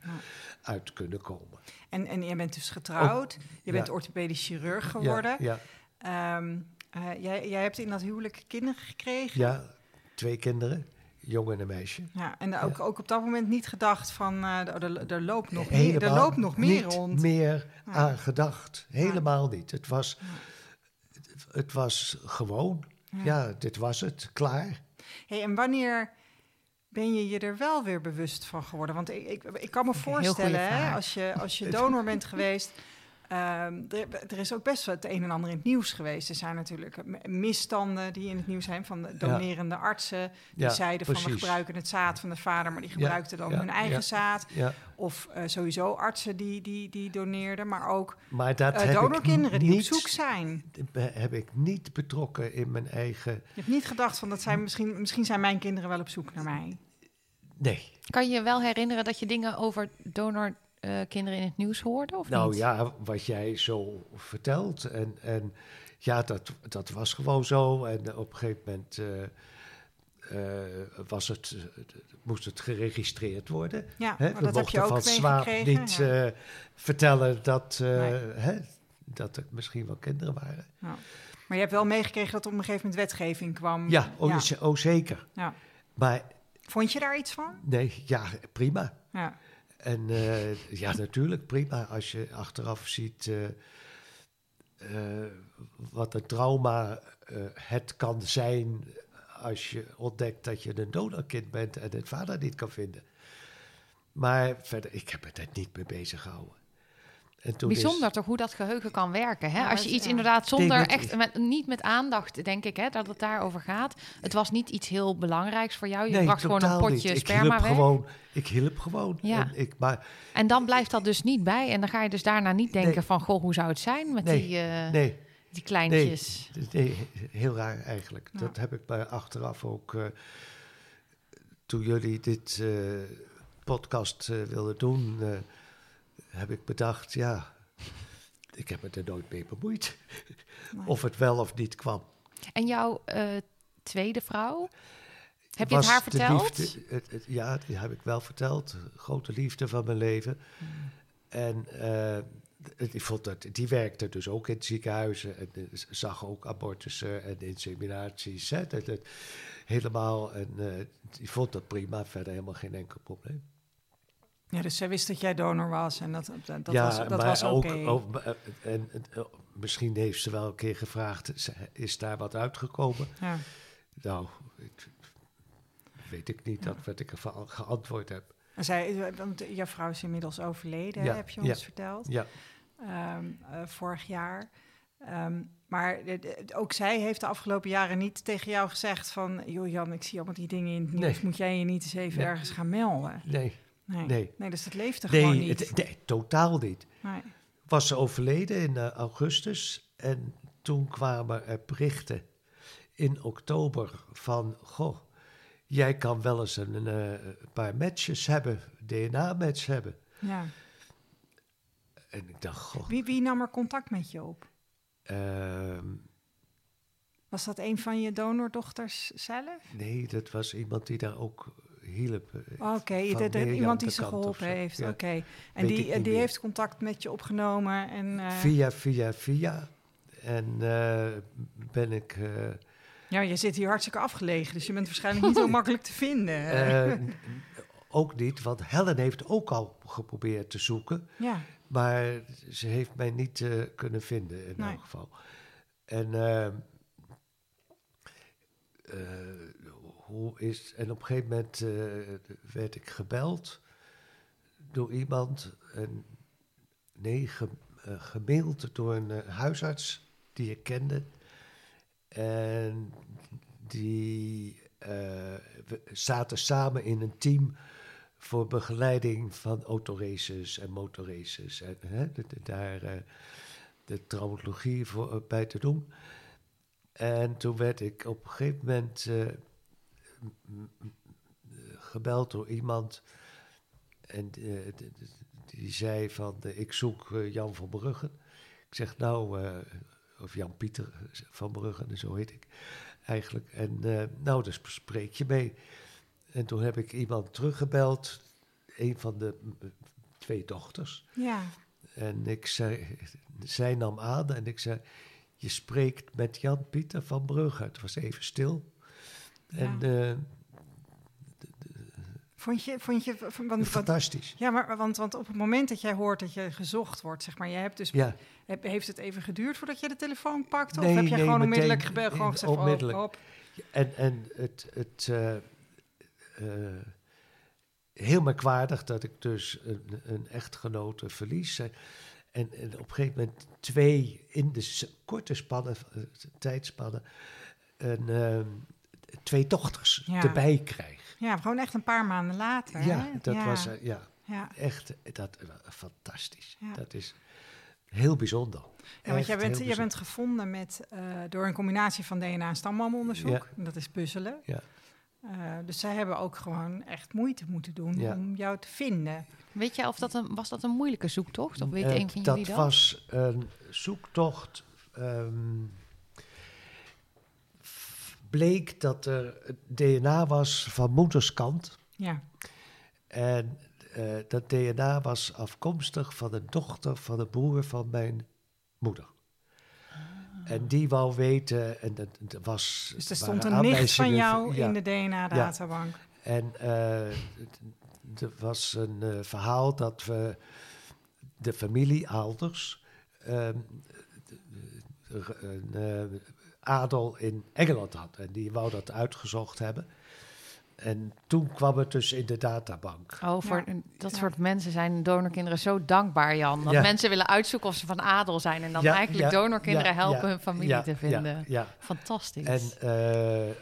uit kunnen komen. En, en je bent dus getrouwd. Oh, je bent ja. orthopedisch chirurg geworden. Ja, ja. Um, uh, jij, jij hebt in dat huwelijk kinderen gekregen? Ja, twee kinderen. Jongen en een meisje. Ja, en ook, ja. ook op dat moment niet gedacht van... Uh, er, er loopt nog Helemaal meer, er loopt nog meer niet rond. meer ja. aan gedacht. Helemaal ja. niet. Het was, ja. het, het was gewoon... Ja. ja, dit was het. Klaar. Hey, en wanneer ben je je er wel weer bewust van geworden? Want ik, ik, ik kan me voorstellen, hè, als je, als je donor bent geweest... Um, er, er is ook best wel het een en ander in het nieuws geweest. Er zijn natuurlijk misstanden die in het nieuws zijn... van de donerende ja. artsen. Die ja, zeiden precies. van we gebruiken het zaad van de vader... maar die gebruikten ja, dan ja, hun eigen ja, zaad. Ja. Of uh, sowieso artsen die, die, die doneerden. Maar ook maar dat uh, donorkinderen die niet, op zoek zijn. Heb ik niet betrokken in mijn eigen... Je hebt niet gedacht van dat zijn misschien, misschien zijn mijn kinderen wel op zoek naar mij. Nee. Kan je je wel herinneren dat je dingen over donor... Uh, kinderen in het nieuws hoorden, of nou niet? ja, wat jij zo vertelt. En, en ja, dat, dat was gewoon zo. En op een gegeven moment uh, uh, was het, uh, moest het geregistreerd worden. Ja, hè? maar We dat heb je ook van Swaap niet ja. uh, vertellen dat, uh, nee. hè, dat er misschien wel kinderen waren. Ja. Maar je hebt wel meegekregen dat er op een gegeven moment wetgeving kwam. Ja, oh, ja. oh zeker. Ja. Maar, vond je daar iets van? Nee, ja, prima. Ja. En uh, ja, natuurlijk prima als je achteraf ziet uh, uh, wat een trauma uh, het kan zijn als je ontdekt dat je een donorkind bent en het vader niet kan vinden. Maar verder, ik heb me daar niet mee bezig gehouden. En toen Bijzonder is, toch hoe dat geheugen kan werken. Hè? Ja, Als je iets ja. inderdaad zonder nee, echt, met, niet met aandacht, denk ik, hè, dat het daarover gaat. Het was niet iets heel belangrijks voor jou. Je nee, bracht gewoon een potje niet. sperma ik hielp weg. Gewoon, ik hielp gewoon. Ja. En, ik, maar, en dan blijft dat dus niet bij. En dan ga je dus daarna niet denken nee. van, goh, hoe zou het zijn met nee, die, uh, nee, die kleintjes? Nee, nee, heel raar eigenlijk. Ja. Dat heb ik bij achteraf ook, uh, toen jullie dit uh, podcast uh, wilden doen, uh, heb ik bedacht, ja... Ik heb me er nooit mee bemoeid. Nee. Of het wel of niet kwam. En jouw uh, tweede vrouw? Heb je het haar verteld? Liefde, het, het, ja, die heb ik wel verteld. Grote liefde van mijn leven. Hmm. En uh, ik vond dat, die werkte dus ook in ziekenhuizen. En uh, zag ook abortussen en inseminaties. Hè, dat, dat, helemaal. En uh, die vond dat prima. Verder helemaal geen enkel probleem. Ja, dus zij wist dat jij donor was en dat, dat, dat ja, was, dat maar was oké. Okay. Ook, ook, en, en misschien heeft ze wel een keer gevraagd, is daar wat uitgekomen? Ja. Nou, ik, weet ik niet, ja. dat wat ik ervan geantwoord heb. En zij, want jouw vrouw is inmiddels overleden, ja, heb je ons ja, verteld. Ja. Um, uh, vorig jaar. Um, maar de, de, ook zij heeft de afgelopen jaren niet tegen jou gezegd van... joh Jan, ik zie allemaal die dingen in het nieuws, nee. moet jij je niet eens even nee. ergens gaan melden? Nee. Nee. Nee. nee, dus dat leefde nee, gewoon niet. Het, nee, totaal niet. Nee. Was ze overleden in uh, augustus en toen kwamen er berichten in oktober van... goh, jij kan wel eens een uh, paar matches hebben, D N A-match hebben. Ja. En ik dacht, goh... Wie, wie nam er contact met je op? Uh, was dat een van je donordochters zelf? Nee, dat was iemand die daar ook... hielp. Oké, okay, iemand die ze geholpen heeft. Ja. Oké. Okay. En Weet die, die heeft contact met je opgenomen? En, uh... Via, via, via. En uh, ben ik... Uh... Ja, je zit hier hartstikke afgelegen, dus je bent waarschijnlijk niet zo makkelijk te vinden. Uh, ook niet, want Helen heeft ook al geprobeerd te zoeken. Ja. Maar ze heeft mij niet uh, kunnen vinden, in nee. elk geval. En... Uh, uh, Hoe is, en op een gegeven moment uh, werd ik gebeld door iemand, en, nee, ge, uh, gemaild door een uh, huisarts die ik kende. En die uh, we zaten samen in een team voor begeleiding van autoraces en motorraces. En hè, de, de, daar uh, de traumatologie voor, uh, bij te doen. En toen werd ik op een gegeven moment uh, m- m- gebeld door iemand. En uh, d- d- die zei van, uh, ik zoek uh, Jan van Bruggen. Ik zeg nou, uh, of Jan-Pieter van Bruggen, zo heet ik eigenlijk. En uh, nou, daar spreek je mee. En toen heb ik iemand teruggebeld, een van de uh, twee dochters. Ja. En ik zei, zij nam aan en ik zei, je spreekt met Jan-Pieter van Bruggen. Het was even stil. Ja. En uh, Vond je, vond je want, fantastisch. Want, ja, maar want, want op het moment dat jij hoort dat je gezocht wordt, zeg maar, je hebt dus, ja. heb, heeft het even geduurd voordat je de telefoon pakte? Nee, of heb je nee, gewoon meteen, onmiddellijk gebeld, gewoon gezegd, onmiddellijk. Oh, op. En, en het, het uh, uh, heel merkwaardig dat ik dus een, een echtgenote verlies. En, en op een gegeven moment twee in de korte spannen, uh, tijdspannen, een, uh, twee dochters ja. erbij krijg. Ja, gewoon echt een paar maanden later. Ja, hè? dat ja. was uh, ja, ja. echt dat, uh, fantastisch. Ja. Dat is heel bijzonder. Ja, want jij bent, jij bent gevonden met, uh, door een combinatie van D N A en stambomonderzoek. Ja. En dat is puzzelen. Ja. Uh, dus zij hebben ook gewoon echt moeite moeten doen ja. om jou te vinden. Weet je of dat een, was dat een moeilijke zoektocht? Of weet uh, een van dat jullie dat? Dat was een zoektocht. Um, bleek dat er D N A was van moederskant. Ja. En uh, dat D N A was afkomstig van de dochter van de broer van mijn moeder. Ah. En die wou weten, en dat, dat was... Dus er stond een nicht van jou ja, in de D N A-databank. Ja. En uh, er was een uh, verhaal dat we de familie Alders uh, een uh, adel in Engeland had. En die wou dat uitgezocht hebben. En toen kwam het dus in de databank. Oh, voor ja. dat ja. soort mensen zijn donorkinderen zo dankbaar, Jan. Dat ja. mensen willen uitzoeken of ze van adel zijn... en dan ja, eigenlijk ja, donorkinderen ja, helpen ja, hun familie ja, te vinden. Ja, ja. Fantastisch. En uh,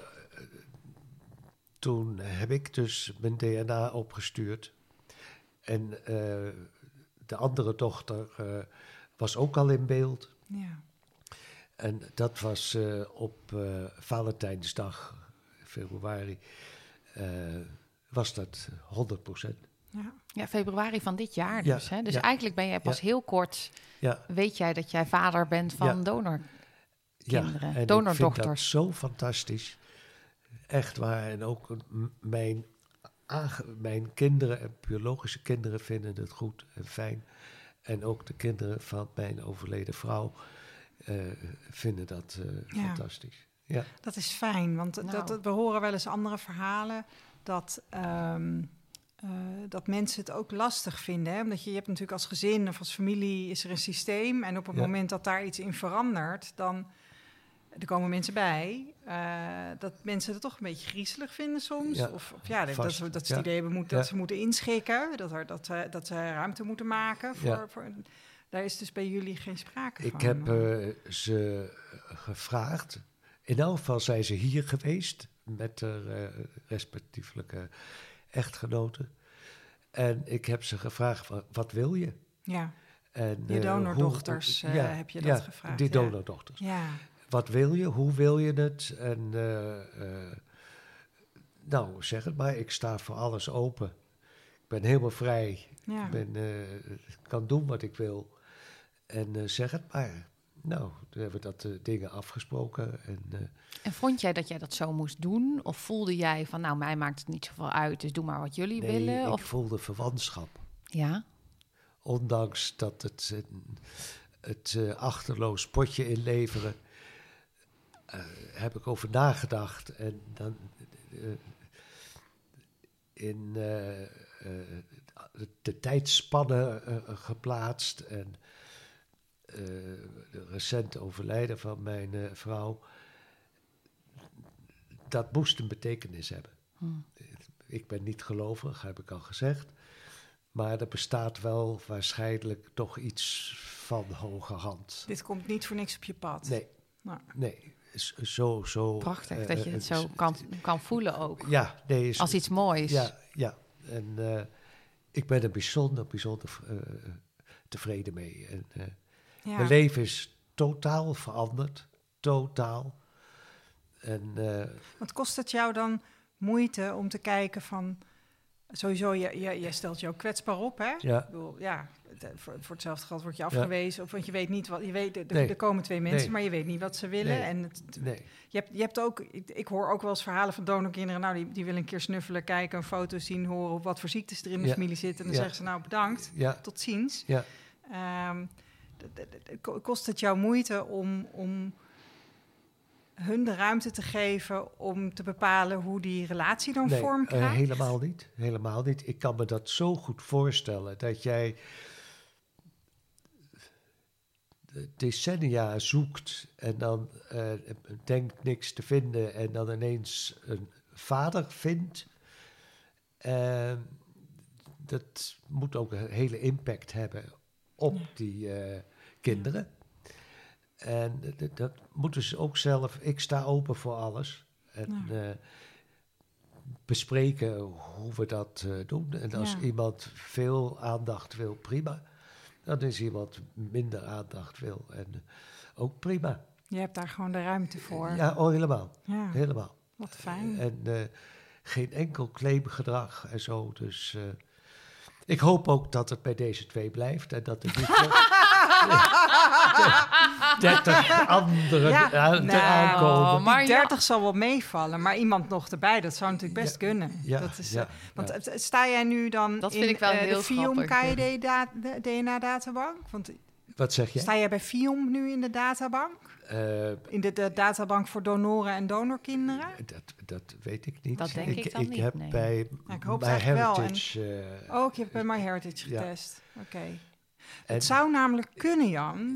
toen heb ik dus mijn D N A opgestuurd. En uh, de andere dochter uh, was ook al in beeld. Ja. En dat was uh, op uh, Valentijnsdag, februari... Uh, was dat honderd procent. Ja. ja, februari van dit jaar dus. Ja, hè? Dus ja, eigenlijk ben jij pas ja, heel kort... Ja. weet jij dat jij vader bent van ja. donorkinderen, ja, en donordochters. Ik vind dat zo fantastisch. Echt waar. En ook m- mijn, aange- mijn kinderen en biologische kinderen vinden het goed en fijn. En ook de kinderen van mijn overleden vrouw uh, vinden dat uh, ja. fantastisch. Ja. Dat is fijn, want nou. dat, dat, we horen wel eens andere verhalen dat, um, uh, dat mensen het ook lastig vinden. Hè? Omdat je, je hebt natuurlijk als gezin of als familie is er een systeem en op het ja. moment dat daar iets in verandert, dan er komen mensen bij uh, dat mensen het toch een beetje griezelig vinden soms. Ja. Of, of ja, dat, dat, ze, dat ze het ja. idee hebben moet, dat ja. ze moeten inschikken, dat, er, dat, uh, dat ze ruimte moeten maken voor... Ja. voor daar is dus bij jullie geen sprake Ik van. Ik heb uh, ze gevraagd. In elk geval zijn ze hier geweest met de uh, respectievelijke echtgenoten. En ik heb ze gevraagd, wat, wat wil je? Ja, en, je donordochters uh, uh, ja, heb je dat ja, gevraagd. die donordochters. Ja. Wat wil je? Hoe wil je het? En uh, uh, nou, zeg het maar, ik sta voor alles open. Ik ben helemaal vrij. Ja. Ik ben, uh, kan doen wat ik wil. En uh, zeg het maar. Nou, toen hebben we dat uh, dingen afgesproken. En, uh, en vond jij dat jij dat zo moest doen? Of voelde jij van, nou, mij maakt het niet zoveel uit, dus doe maar wat jullie nee, willen? Nee, ik of? voelde verwantschap. Ja? Ondanks dat het, uh, het uh, achterloos potje inleveren, uh, heb ik over nagedacht. En dan uh, in uh, uh, de tijdspannen uh, geplaatst en... Uh, de recente overlijden van mijn uh, vrouw, dat moest een betekenis hebben. Hmm. Ik ben niet gelovig, heb ik al gezegd, maar er bestaat wel waarschijnlijk toch iets van hoge hand. Dit komt niet voor niks op je pad. Nee, nou. nee. zo... zo Prachtig uh, dat je het zo kan, kan voelen ook. Ja, nee, is, als iets moois. Ja, ja. En uh, ik ben er bijzonder, bijzonder uh, tevreden mee. En, uh, ja. Mijn leven is totaal veranderd. Totaal. En, uh, Want kost het jou dan moeite om te kijken van... Sowieso, je, je, je stelt je ook kwetsbaar op, hè? Ja. Ik bedoel, ja, voor, voor hetzelfde geld word je afgewezen. Ja. Of, want je weet niet wat... Je weet, er, nee. er komen twee mensen, nee. maar je weet niet wat ze willen. Nee. En het, nee. je, hebt, je hebt ook... Ik, ik hoor ook wel eens verhalen van donorkinderen. Nou, die, die willen een keer snuffelen, kijken, een foto zien, horen... wat voor ziektes er in de ja. familie zitten. En dan ja. zeggen ze, nou, bedankt, ja. tot ziens. Ja. Um, d- d- d- kost het jou moeite om... om hun de ruimte te geven om te bepalen hoe die relatie dan nee, vorm krijgt? Uh, helemaal niet, helemaal niet. Ik kan me dat zo goed voorstellen dat jij decennia zoekt en dan uh, denkt niks te vinden en dan ineens een vader vindt. Uh, dat moet ook een hele impact hebben op ja. die uh, kinderen. En dat, dat moeten ze ook zelf... Ik sta open voor alles. En ja. uh, bespreken hoe we dat uh, doen. En als ja. iemand veel aandacht wil, prima. Dan is iemand minder aandacht wil. En uh, ook prima. Je hebt daar gewoon de ruimte voor. Ja, oh, helemaal. Ja. Helemaal. Wat fijn. En uh, geen enkel claimgedrag en zo. Dus... Uh, ik hoop ook dat het bij deze twee blijft. En dat er niet dertig anderen ja, aan, nou, aankomen. Maar dertig zal wel meevallen. Maar iemand nog erbij, dat zou natuurlijk best ja, kunnen. Ja, dat is, ja, want ja. sta jij nu dan dat in vind ik wel uh, heel de Fiom grappig. K I D N A-databank? Want wat zeg je? Sta jij bij Fiom nu in de databank? Uh, in de, de databank voor donoren en donorkinderen? Dat, dat weet ik niet. Dat denk ik, ik dan ik niet, heb nee. bij ja, ik hoop MyHeritage... Wel. En, uh, oh, ik heb bij MyHeritage ja. getest. Oké. Okay. Het zou namelijk kunnen, Jan.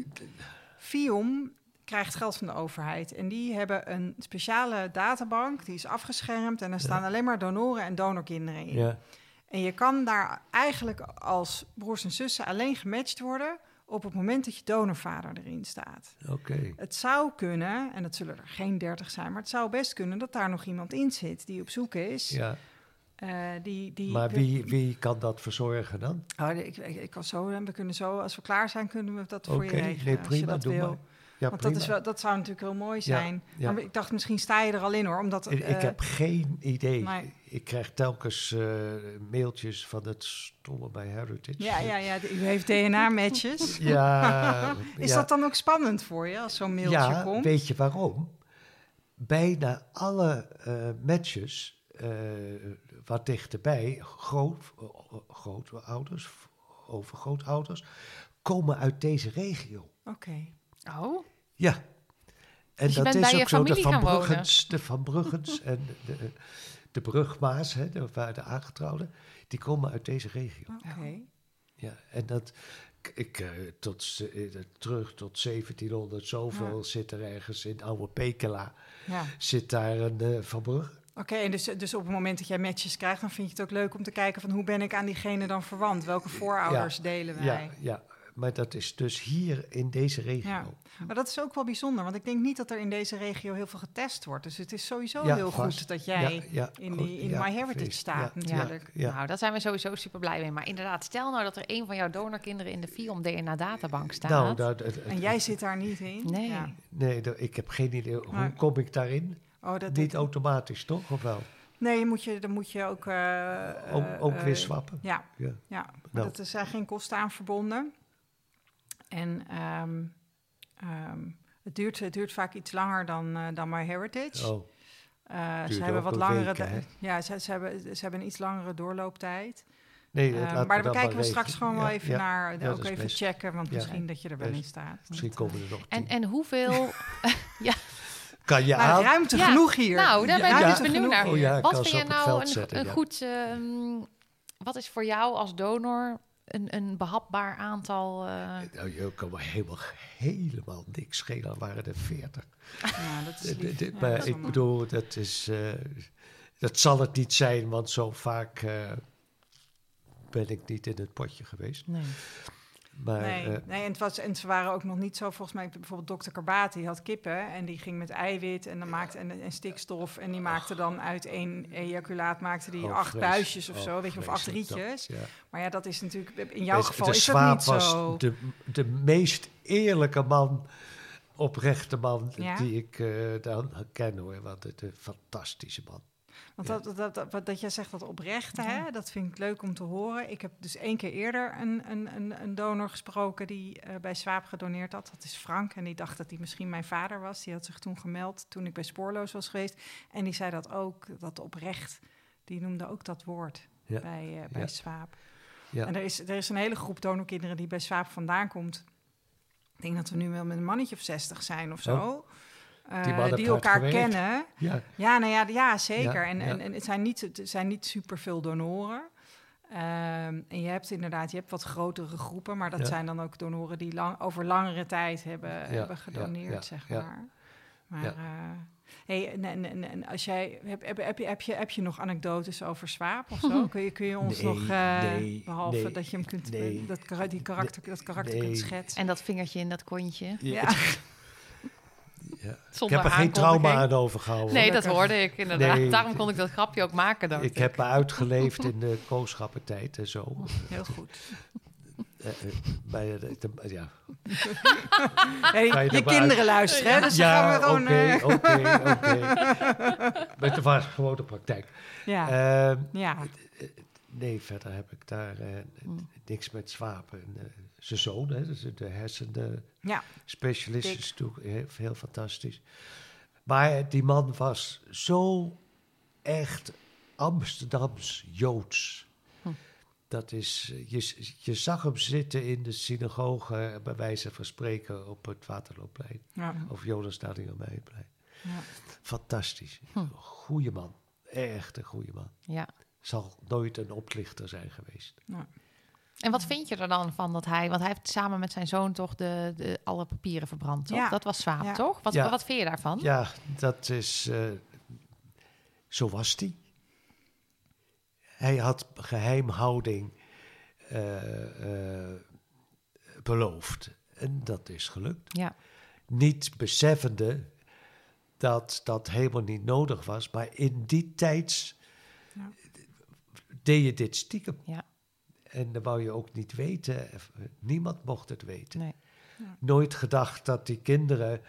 Fiom krijgt geld van de overheid. En die hebben een speciale databank. Die is afgeschermd. En daar staan ja. alleen maar donoren en donorkinderen in. Ja. En je kan daar eigenlijk als broers en zussen alleen gematcht worden... op het moment dat je donorvader erin staat. Okay. Het zou kunnen, en dat zullen er geen dertig zijn... maar het zou best kunnen dat daar nog iemand in zit... die op zoek is. Ja. Uh, die, die, maar wie, wie kan dat verzorgen dan? Oh, ik, ik, ik kan zo, we kunnen zo, als we klaar zijn, kunnen we dat okay. voor je regelen. Nee, prima, als je dat doe wil. Maar. Ja, Want dat, is wel, dat zou natuurlijk heel mooi zijn. Ja, ja. Maar ik dacht, misschien sta je er al in, hoor. Omdat, ik, uh, ik heb geen idee. Maar, ik krijg telkens uh, mailtjes van het stomme bij Heritage. Ja, ja, ja. U heeft D N A-matches. ja. Is ja. dat dan ook spannend voor je, als zo'n mailtje ja, komt? Ja, weet je waarom? Bijna alle uh, matches, uh, wat dichterbij, groot, uh, grootouders, overgrootouders, komen uit deze regio. Oké. Okay. Oh? Ja. En dus dat is ook zo, de Van Bruggens, de Van Bruggens en de, de Brugma's, hè, de, de aangetrouwden, die komen uit deze regio. Oké. Okay. Ja, en dat, ik, uh, tot, uh, terug tot zeventienhonderd zoveel ja. zit er ergens in Oude Pekela, ja. zit daar een uh, Van Brugge. Oké, okay, en dus, dus op het moment dat jij matches krijgt, dan vind je het ook leuk om te kijken van hoe ben ik aan diegene dan verwant? Welke voorouders ja. delen wij? Ja, ja. Maar dat is dus hier in deze regio. Ja. Maar dat is ook wel bijzonder, want ik denk niet dat er in deze regio heel veel getest wordt. Dus het is sowieso ja, heel vast. goed dat jij ja, ja, in, die, in ja, MyHeritage feest. staat ja, natuurlijk. Ja, ja. Nou, daar zijn we sowieso super blij mee. Maar inderdaad, stel nou dat er een van jouw donorkinderen in de Fiom D N A-databank staat. Nou, dat, het, het, en jij zit daar niet in? Nee. Ja. Nee, dat, ik heb geen idee. Hoe maar, kom ik daarin? Oh, dat niet dit... automatisch, toch? Of wel? Nee, moet je, dan moet je ook... Uh, ook ook uh, weer swappen? Ja, ja. ja. Nou. Dat er zijn geen kosten aan verbonden. En um, um, het, duurt, het duurt vaak iets langer dan, uh, dan MyHeritage. Oh. Uh, ze hebben wat langere... Weken, ja, ze, ze, hebben, ze hebben een iets langere doorlooptijd. Nee, uh, maar daar kijken we regelen. straks gewoon ja, wel even ja, naar. ja, ook even best. checken, want ja, misschien dat je er wel in staat. Misschien want, komen er nog en, en hoeveel... ja. Kan je nou, aan... ruimte ja, genoeg hier. Nou, daar ben ik ja, dus benieuwd naar. Oh, ja, wat vind je nou een, zetten, een ja. goed... Um, wat is voor jou als donor een, een behapbaar aantal... Uh... Nou, je kan me helemaal, helemaal niks schelen. Er waren er veertig. Ja, dat is lief. Ja, maar dat ik bedoel, dat is... Uh, dat zal het niet zijn, want zo vaak uh, ben ik niet in het potje geweest. Nee. Maar, nee, uh, nee en, het was, en ze waren ook nog niet zo, volgens mij, bijvoorbeeld dokter Karbati had kippen en die ging met eiwit en, dan maakte, en, en stikstof en die maakte dan uit één ejaculaat maakte die oh, acht vlees, buisjes of oh, zo, weet je, of acht rietjes. Dat, ja. Maar ja, dat is natuurlijk, in jouw de, geval de is dat niet was zo. De, de meest eerlijke man, oprechte man Ja? die ik uh, dan ken hoor, want het is een fantastische man. Want ja. dat, dat, dat, dat, dat jij zegt dat oprechte, ja. hè, dat vind ik leuk om te horen. Ik heb dus één keer eerder een, een, een, een donor gesproken die uh, bij Swaap gedoneerd had. Dat is Frank en die dacht dat hij misschien mijn vader was. Die had zich toen gemeld toen ik bij Spoorloos was geweest. En die zei dat ook, dat oprecht, die noemde ook dat woord ja. bij, uh, bij ja. Swaap. Ja. En er is, er is een hele groep donorkinderen die bij Swaap vandaan komt. Ik denk dat we nu wel met een mannetje of zestig zijn of zo. Oh. Uh, die, die elkaar kennen. Ja, ja, nou ja, ja zeker. Ja, en, ja. en, en het zijn niet, het zijn niet superveel donoren. Um, en je hebt inderdaad, je hebt wat grotere groepen, maar dat ja. zijn dan ook donoren die lang, over langere tijd hebben, ja, hebben gedoneerd, ja, ja, zeg maar. Ja. Maar ja. uh, hey, en, en, en, en als jij heb, heb, heb, je, heb, je, heb je nog anekdotes over Swaap of zo? Kun je, kun je ons nee, nog, uh, nee, behalve nee, dat je hem kunt, nee, dat, die karakter, dat karakter nee. kunt schetsen. En dat vingertje in dat kontje. Ja. ja. Ik heb er geen trauma aan overgehouden. Nee, dat hoorde ik inderdaad. Nee, Daarom kon ik dat grapje ook maken. Ik, ik heb me uitgeleefd in de kooschappentijd en zo. Heel goed. Uh, uh, bij de, de, ja. Hey, je kinderen uit... luisteren, hè? Dus ja, gaan we gewoon... oké, oké, oké. Met de vast gewone praktijk. Ja. Uh, ja. Nee, verder heb ik daar uh, hmm. niks met Swaap. En, uh, zijn zoon, hè, dus de hersenspecialist, ja. is natuurlijk heel, heel fantastisch. Maar die man was zo echt Amsterdams-Joods. Hm. Dat is, je, je zag hem zitten in de synagoge, bij wijze van spreken, op het Waterloopplein. Ja. Of Jonas Danielmeijerplein. Ja. Fantastisch. Hm. Goeie man. Echt een goeie man. Ja. Zal nooit een oplichter zijn geweest. Ja. En wat vind je er dan van dat hij... Want hij heeft samen met zijn zoon toch de, de, alle papieren verbrand, toch? Ja. Dat was Swaap, ja. toch? Wat, ja. wat vind je daarvan? Ja, dat is... Uh, zo was hij. Hij had geheimhouding uh, uh, beloofd. En dat is gelukt. Ja. Niet beseffende dat dat helemaal niet nodig was. Maar in die tijd ja. deed je dit stiekem. Ja. En dan wou je ook niet weten. Niemand mocht het weten. Nee. Ja. Nooit gedacht dat die kinderen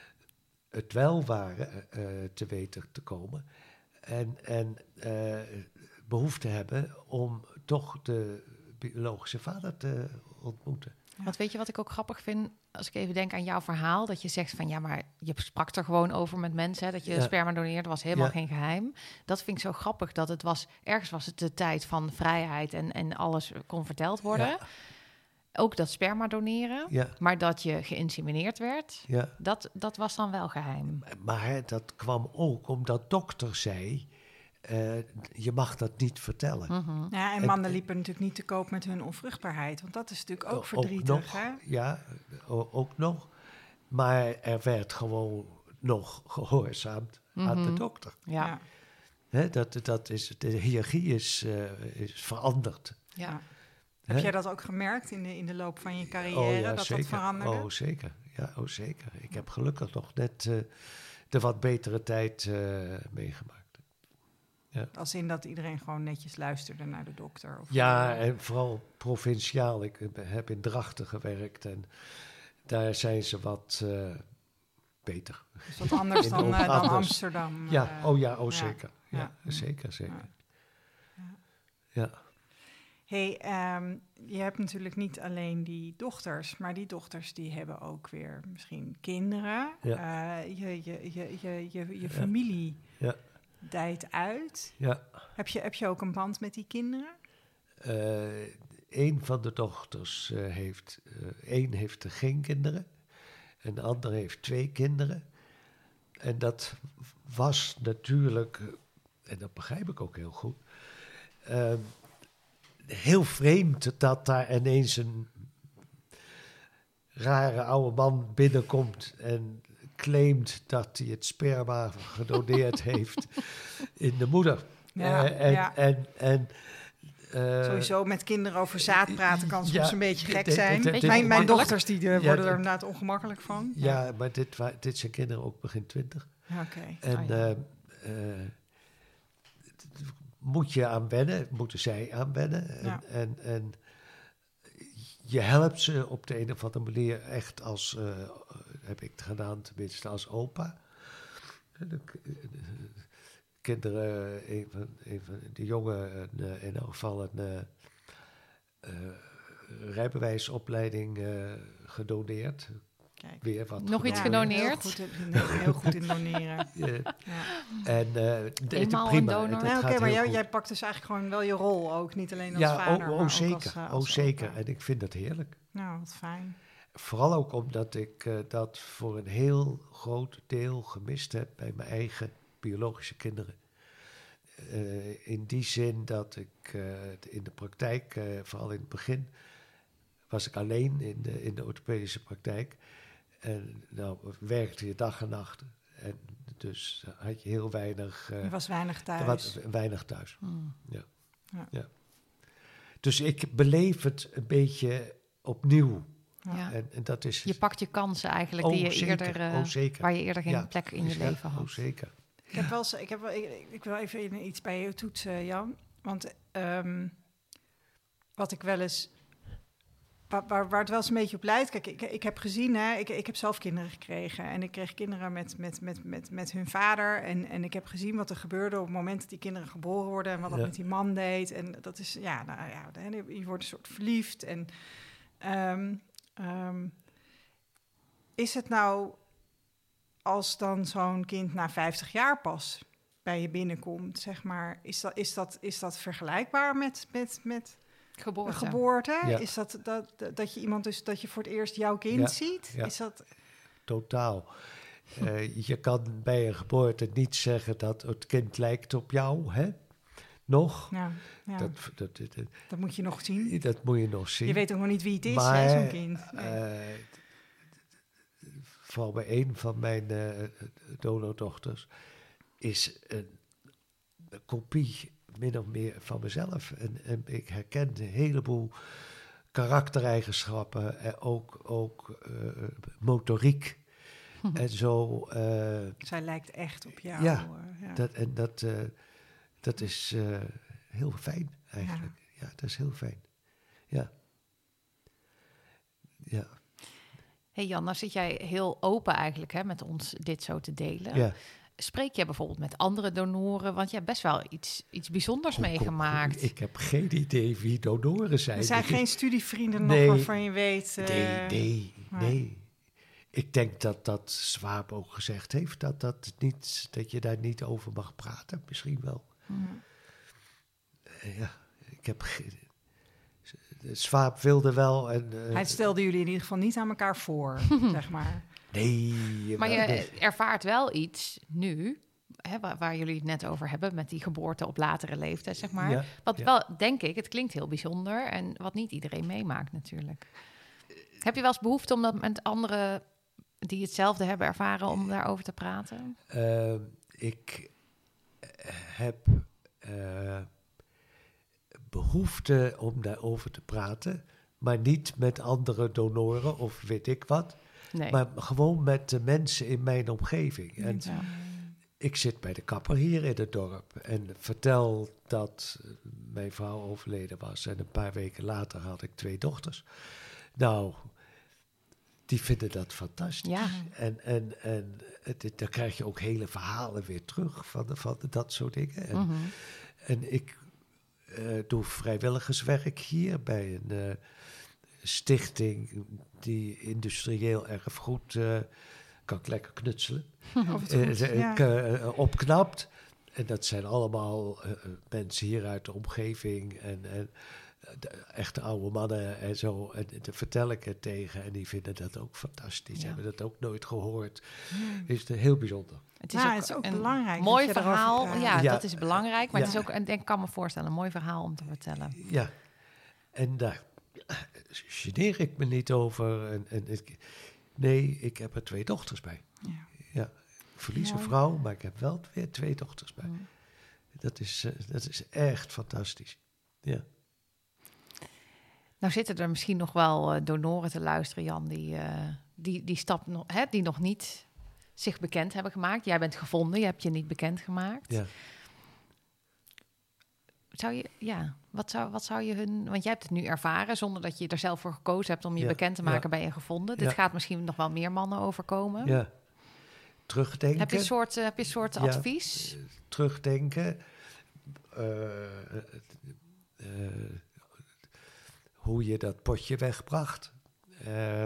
het wel waren uh, te weten te komen. En, en uh, behoefte hebben om toch de biologische vader te ontmoeten. Ja. Want weet je wat ik ook grappig vind, als ik even denk aan jouw verhaal, dat je zegt van ja, maar je sprak er gewoon over met mensen, hè, dat je ja. sperma doneerde, was helemaal ja. geen geheim. Dat vind ik zo grappig, dat het was, ergens was het de tijd van vrijheid en, en alles kon verteld worden. Ja. Ook dat sperma doneren, ja. maar dat je geïnsemineerd werd, ja. dat, dat was dan wel geheim. Maar dat kwam ook omdat dokter zei, uh, je mag dat niet vertellen. Mm-hmm. Ja, en mannen liepen natuurlijk niet te koop met hun onvruchtbaarheid, want dat is natuurlijk ook verdrietig. Ook nog, hè? Ja, ook nog. Maar er werd gewoon nog gehoorzaamd mm-hmm. aan de dokter. Ja. Ja. He, dat, dat is, de hiërarchie is, uh, is veranderd. Ja. Heb jij dat ook gemerkt in de, in de loop van je carrière, oh, ja, dat zeker. dat veranderde? Oh, zeker. Ja, oh, zeker. Ik heb gelukkig nog net uh, de wat betere tijd uh, meegemaakt. Ja. Als in dat iedereen gewoon netjes luisterde naar de dokter? Of ja, uh, en vooral provinciaal. Ik heb in Drachten gewerkt en daar zijn ze wat uh, beter. Dus wat anders dan, uh, dan Amsterdam? Ja, uh, oh ja, oh ja. zeker. Ja, ja. Ja. zeker, zeker. Ja. Ja. ja. Hey, um, je hebt natuurlijk niet alleen die dochters, maar die dochters die hebben ook weer misschien kinderen. Ja. Uh, je, je, je, je, je, je familie ja. dijt uit. Ja. Heb je, heb je ook een band met die kinderen? Uh, een van de dochters uh, heeft, uh, één heeft er geen kinderen en de andere heeft twee kinderen. En dat was natuurlijk, en dat begrijp ik ook heel goed, uh, heel vreemd dat daar ineens een rare oude man binnenkomt en claimt dat hij het sperma gedoneerd heeft in de moeder. Ja, uh, en, ja. en, en Uh, Sowieso met kinderen over zaad praten kan soms ja, een beetje gek dit, zijn. Dit, dit, mijn, mijn dochters die, uh, worden ja, er inderdaad ongemakkelijk van. Ja, ja. maar dit, dit zijn kinderen ook begin twintig. Oké. Okay. En oh, ja. uh, uh, moet je aan wennen, moeten zij aan wennen. En, ja. en, en je helpt ze op de een of andere manier echt als, uh, heb ik het gedaan, tenminste als opa. De, de, de kinderen, een van, een van de jongen, een, in elk geval een uh, uh, rijbewijsopleiding uh, gedoneerd. Kijk. Weer wat Nog iets gedoneerd? Heel goed in, heel goed in doneren. ja. Ja. En uh, eenmaal prima. een donor. Nee, Oké, okay, maar jij, jij pakt dus eigenlijk gewoon wel je rol ook, niet alleen als ja, vader, oh, oh, maar zeker, ook als, uh, oh, als zeker. opa. En ik vind dat heerlijk. Nou, wat fijn. Vooral ook omdat ik uh, dat voor een heel groot deel gemist heb bij mijn eigen biologische kinderen. Uh, in die zin dat ik uh, in de praktijk, uh, vooral in het begin, was ik alleen in de, in de orthopedische praktijk. En nou werkte je dag en nacht. En dus had je heel weinig... Uh, je was weinig thuis. Was weinig thuis, hmm. ja. Ja. ja. Dus ik beleef het een beetje opnieuw. Ja. En, en dat is je pakt je kansen eigenlijk oh, die je zeker, eerder, uh, oh, zeker. waar je eerder geen ja. plek in je ja, leven had. Oh, zeker. Ik heb wel eens, ik, heb wel, ik, ik wil even iets bij je toetsen, Jan. Want um, wat ik wel eens... Waar, waar, waar het wel eens een beetje op leidt... Kijk, ik, ik heb gezien, hè, ik, ik heb zelf kinderen gekregen. En ik kreeg kinderen met, met, met, met, met hun vader. En, en ik heb gezien wat er gebeurde op het moment dat die kinderen geboren worden. En wat dat ja. met die man deed. En dat is, ja, nou ja, je wordt een soort verliefd. En um, um, is het nou... als dan zo'n kind na vijftig jaar pas bij je binnenkomt, zeg maar... Is dat, is dat, is dat vergelijkbaar met... met, met Geboorte. geboorte? Ja. Is dat, dat dat je iemand dus dat je voor het eerst jouw kind ja, ziet? Ja. Is dat totaal? uh, je kan bij een geboorte niet zeggen dat het kind lijkt op jou, hè? Nog? Ja, ja. Dat, dat, dat, dat, dat moet je nog zien. Dat moet je nog zien. Je weet ook nog niet wie het is, maar, hè, zo'n kind. Nee. Uh, vooral bij een van mijn uh, donordochters is een, een kopie min of meer van mezelf. En, en ik herken een heleboel karaktereigenschappen en ook, ook uh, motoriek hm. en zo. Uh, Zij lijkt echt op jou. Ja, uh, ja. Dat, en dat, uh, dat is uh, heel fijn eigenlijk. Ja. ja, dat is heel fijn. Ja. Ja. Hey Jan, nou zit jij heel open eigenlijk hè, met ons dit zo te delen. Ja. Spreek je bijvoorbeeld met andere donoren? Want je hebt best wel iets, iets bijzonders oh, meegemaakt. Oh, ik heb geen idee wie donoren zijn. Er zijn ik geen is... studievrienden nee, nog waarvan je weet... Uh... Nee, nee, maar... nee. Ik denk dat dat Swaap ook gezegd heeft... Dat, dat, niet, dat je daar niet over mag praten. Misschien wel. Hmm. Uh, ja, ik heb... Ge... Swaap wilde wel... En, uh... Hij stelde jullie in ieder geval niet aan elkaar voor, zeg maar. Nee. Maar je nee. ervaart wel iets nu, hè, waar, waar jullie het net over hebben, met die geboorte op latere leeftijd, zeg maar. Ja, wat ja. wel, denk ik, het klinkt heel bijzonder en wat niet iedereen meemaakt natuurlijk. Heb je wel eens behoefte om dat met anderen die hetzelfde hebben ervaren, om daarover te praten? Uh, ik heb uh, behoefte om daarover te praten, maar niet met andere donoren of weet ik wat. Nee. Maar gewoon met de mensen in mijn omgeving. En ja. ik zit bij de kapper hier in het dorp en vertel dat mijn vrouw overleden was. En een paar weken later had ik twee dochters. Nou, die vinden dat fantastisch. Ja. En, en, en het, dan krijg je ook hele verhalen weer terug van, de, van dat soort dingen. En, mm-hmm. en ik uh, doe vrijwilligerswerk hier bij een... Uh, stichting die industrieel erfgoed uh, kan ik lekker knutselen. Goed, uh, ja. uh, opknapt. En dat zijn allemaal uh, mensen hier uit de omgeving en, en de echte oude mannen en zo. En daar vertel ik het tegen en die vinden dat ook fantastisch. Ja. Hebben dat ook nooit gehoord. Hmm. Is het heel bijzonder. Het is ja, ook, het is ook een belangrijk. Mooi verhaal. Ja, ja, dat is belangrijk. Maar ja. het is ook, en ik kan me voorstellen, een mooi verhaal om te vertellen. Ja, en daar geneer ik me niet over. En, en ik, nee, ik heb er twee dochters bij. Ja. ja ik verlies ja. een vrouw, maar ik heb wel weer twee dochters bij. Mm. Dat is, uh, dat is echt fantastisch. Ja. Nou zitten er misschien nog wel uh, donoren te luisteren, Jan, die, uh, die, die stap nog, hè, die nog niet zich bekend hebben gemaakt. Jij bent gevonden, je hebt je niet bekend gemaakt. Ja. Zou je, ja, wat zou, wat zou je hun... Want jij hebt het nu ervaren, zonder dat je er zelf voor gekozen hebt om je ja, bekend te maken, ja. ben je gevonden. Ja. Dit gaat misschien nog wel meer mannen overkomen. Ja. Terugdenken. Heb je een soort, uh, heb je een soort ja. advies? Uh, terugdenken. Uh, uh, hoe je dat potje wegbracht. Uh,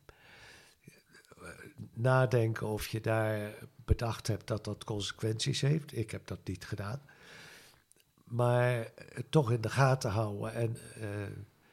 nadenken of je daar bedacht hebt dat dat consequenties heeft. Ik heb dat niet gedaan. Maar toch in de gaten houden en uh,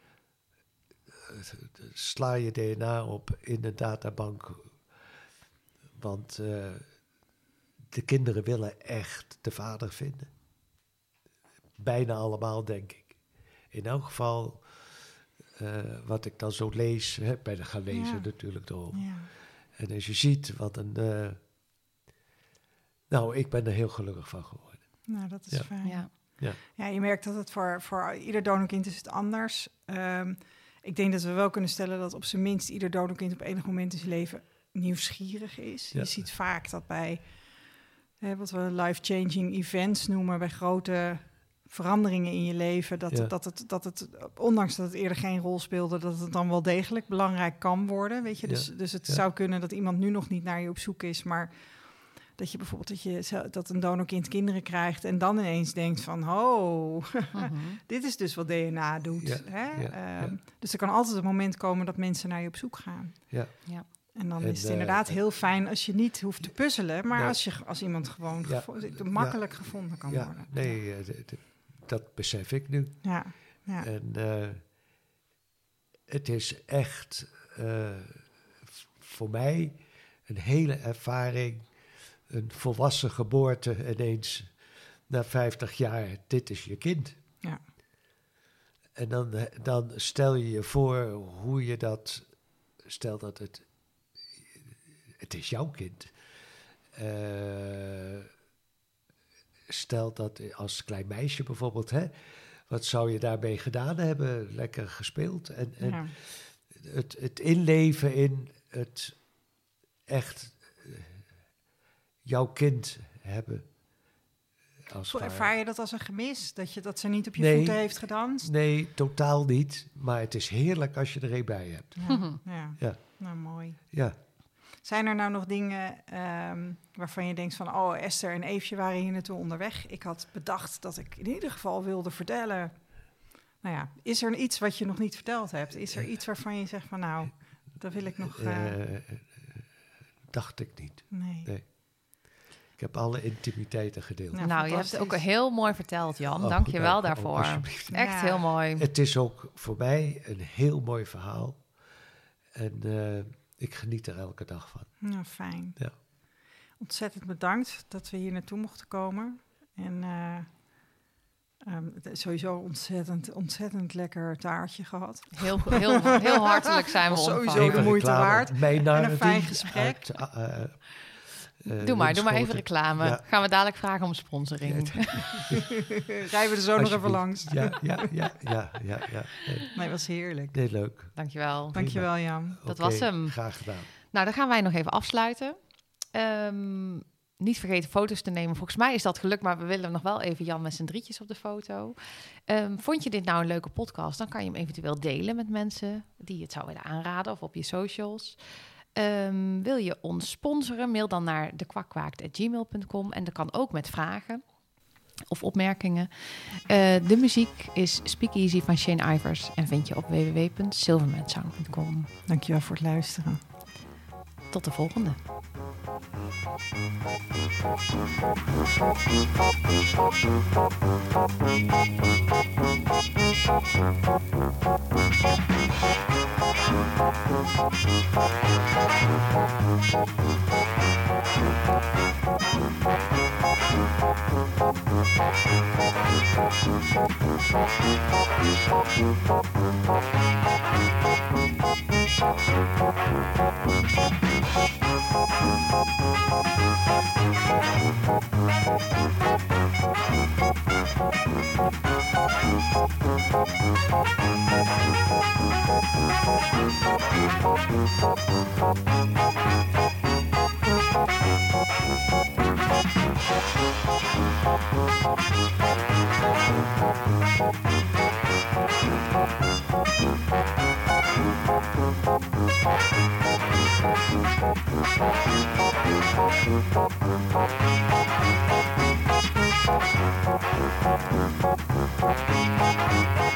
sla je D N A op in de databank. Want uh, de kinderen willen echt de vader vinden. Bijna allemaal, denk ik. In elk geval, uh, wat ik dan zo lees, hè, ben ik gaan lezen ja. natuurlijk erover. Ja. En als je ziet wat een... Uh, nou, ik ben er heel gelukkig van geworden. Nou, dat is ja. fijn. Ja. Ja. ja, je merkt dat het voor, voor ieder donorkind is het anders. Um, ik denk dat we wel kunnen stellen dat op zijn minst ieder donorkind op enig moment in zijn leven nieuwsgierig is. Ja. Je ziet vaak dat bij hè, wat we life-changing events noemen, bij grote veranderingen in je leven, dat, ja. het, dat, het, dat het, ondanks dat het eerder geen rol speelde, dat het dan wel degelijk belangrijk kan worden. Weet je? Ja. Dus, dus het ja. zou kunnen dat iemand nu nog niet naar je op zoek is, maar dat je bijvoorbeeld dat, je, dat een donorkind kinderen krijgt en dan ineens denkt van, oh, mm-hmm. dit is dus wat D N A doet. Ja, hè? ja, um, ja. Dus er kan altijd een moment komen dat mensen naar je op zoek gaan. Ja. Ja. En dan en, is het inderdaad uh, heel fijn als je niet hoeft te puzzelen, maar ja. als, je, als iemand gewoon ja. gevo- makkelijk ja. gevonden kan ja. worden. Nee, uh, d- d- dat besef ik nu. Ja. Ja. En uh, het is echt uh, f- voor mij een hele ervaring. Een volwassen geboorte ineens na vijftig jaar, dit is je kind. Ja. En dan, dan stel je je voor hoe je dat, stel dat het, het is jouw kind. Uh, stel dat als klein meisje bijvoorbeeld, hè, wat zou je daarmee gedaan hebben? Lekker gespeeld. En, en ja. het, het inleven in het echt... jouw kind hebben. Als Hoe ervaar je dat als een gemis? Dat, je, dat ze niet op je nee, voeten heeft gedanst? Nee, totaal niet. Maar het is heerlijk als je er een bij hebt. Ja, ja. ja. Nou, mooi. Ja. Zijn er nou nog dingen um, waarvan je denkt van... oh, Esther en Eefje waren hier naartoe onderweg. Ik had bedacht dat ik in ieder geval wilde vertellen. Nou ja, is er iets wat je nog niet verteld hebt? Is er iets waarvan je zegt van nou, dat wil ik nog... Uh... Uh, dacht ik niet. Nee. nee. Ik heb alle intimiteiten gedeeld. Nou, nou je hebt het ook heel mooi verteld, Jan. Oh, Dank je wel daarvoor. Oh, Echt ja. heel mooi. Het is ook voor mij een heel mooi verhaal. En uh, ik geniet er elke dag van. Nou, fijn. Ja. Ontzettend bedankt dat we hier naartoe mochten komen. En uh, um, sowieso ontzettend, ontzettend lekker taartje gehad. Heel, heel, heel hartelijk zijn we ontvangen. Sowieso de moeite waard. En een fijn gesprek. Uit, uh, Uh, doe maar, doe maar even reclame. Ja. Gaan we dadelijk vragen om sponsoring. Ja, rijden we er zo nog even langs. Ja, ja, ja, ja, ja, ja. Nee, nee, was heerlijk. Nee, leuk. Dankjewel. Dankjewel, Jan. Dat okay, was hem. Graag gedaan. Nou, dan gaan wij nog even afsluiten. Um, niet vergeten foto's te nemen. Volgens mij is dat gelukt, maar we willen nog wel even Jan met z'n drietjes op de foto. Um, vond je dit nou een leuke podcast? Dan kan je hem eventueel delen met mensen die het zou willen aanraden of op je socials. Um, wil je ons sponsoren? Mail dan naar de kwakwaakt at gmail punt com. En dat kan ook met vragen of opmerkingen. Uh, de muziek is Speakeasy van Shane Ivers en vind je op w w w punt silvermansound punt com. Dankjewel voor het luisteren. Tot de volgende. Thank you. Thank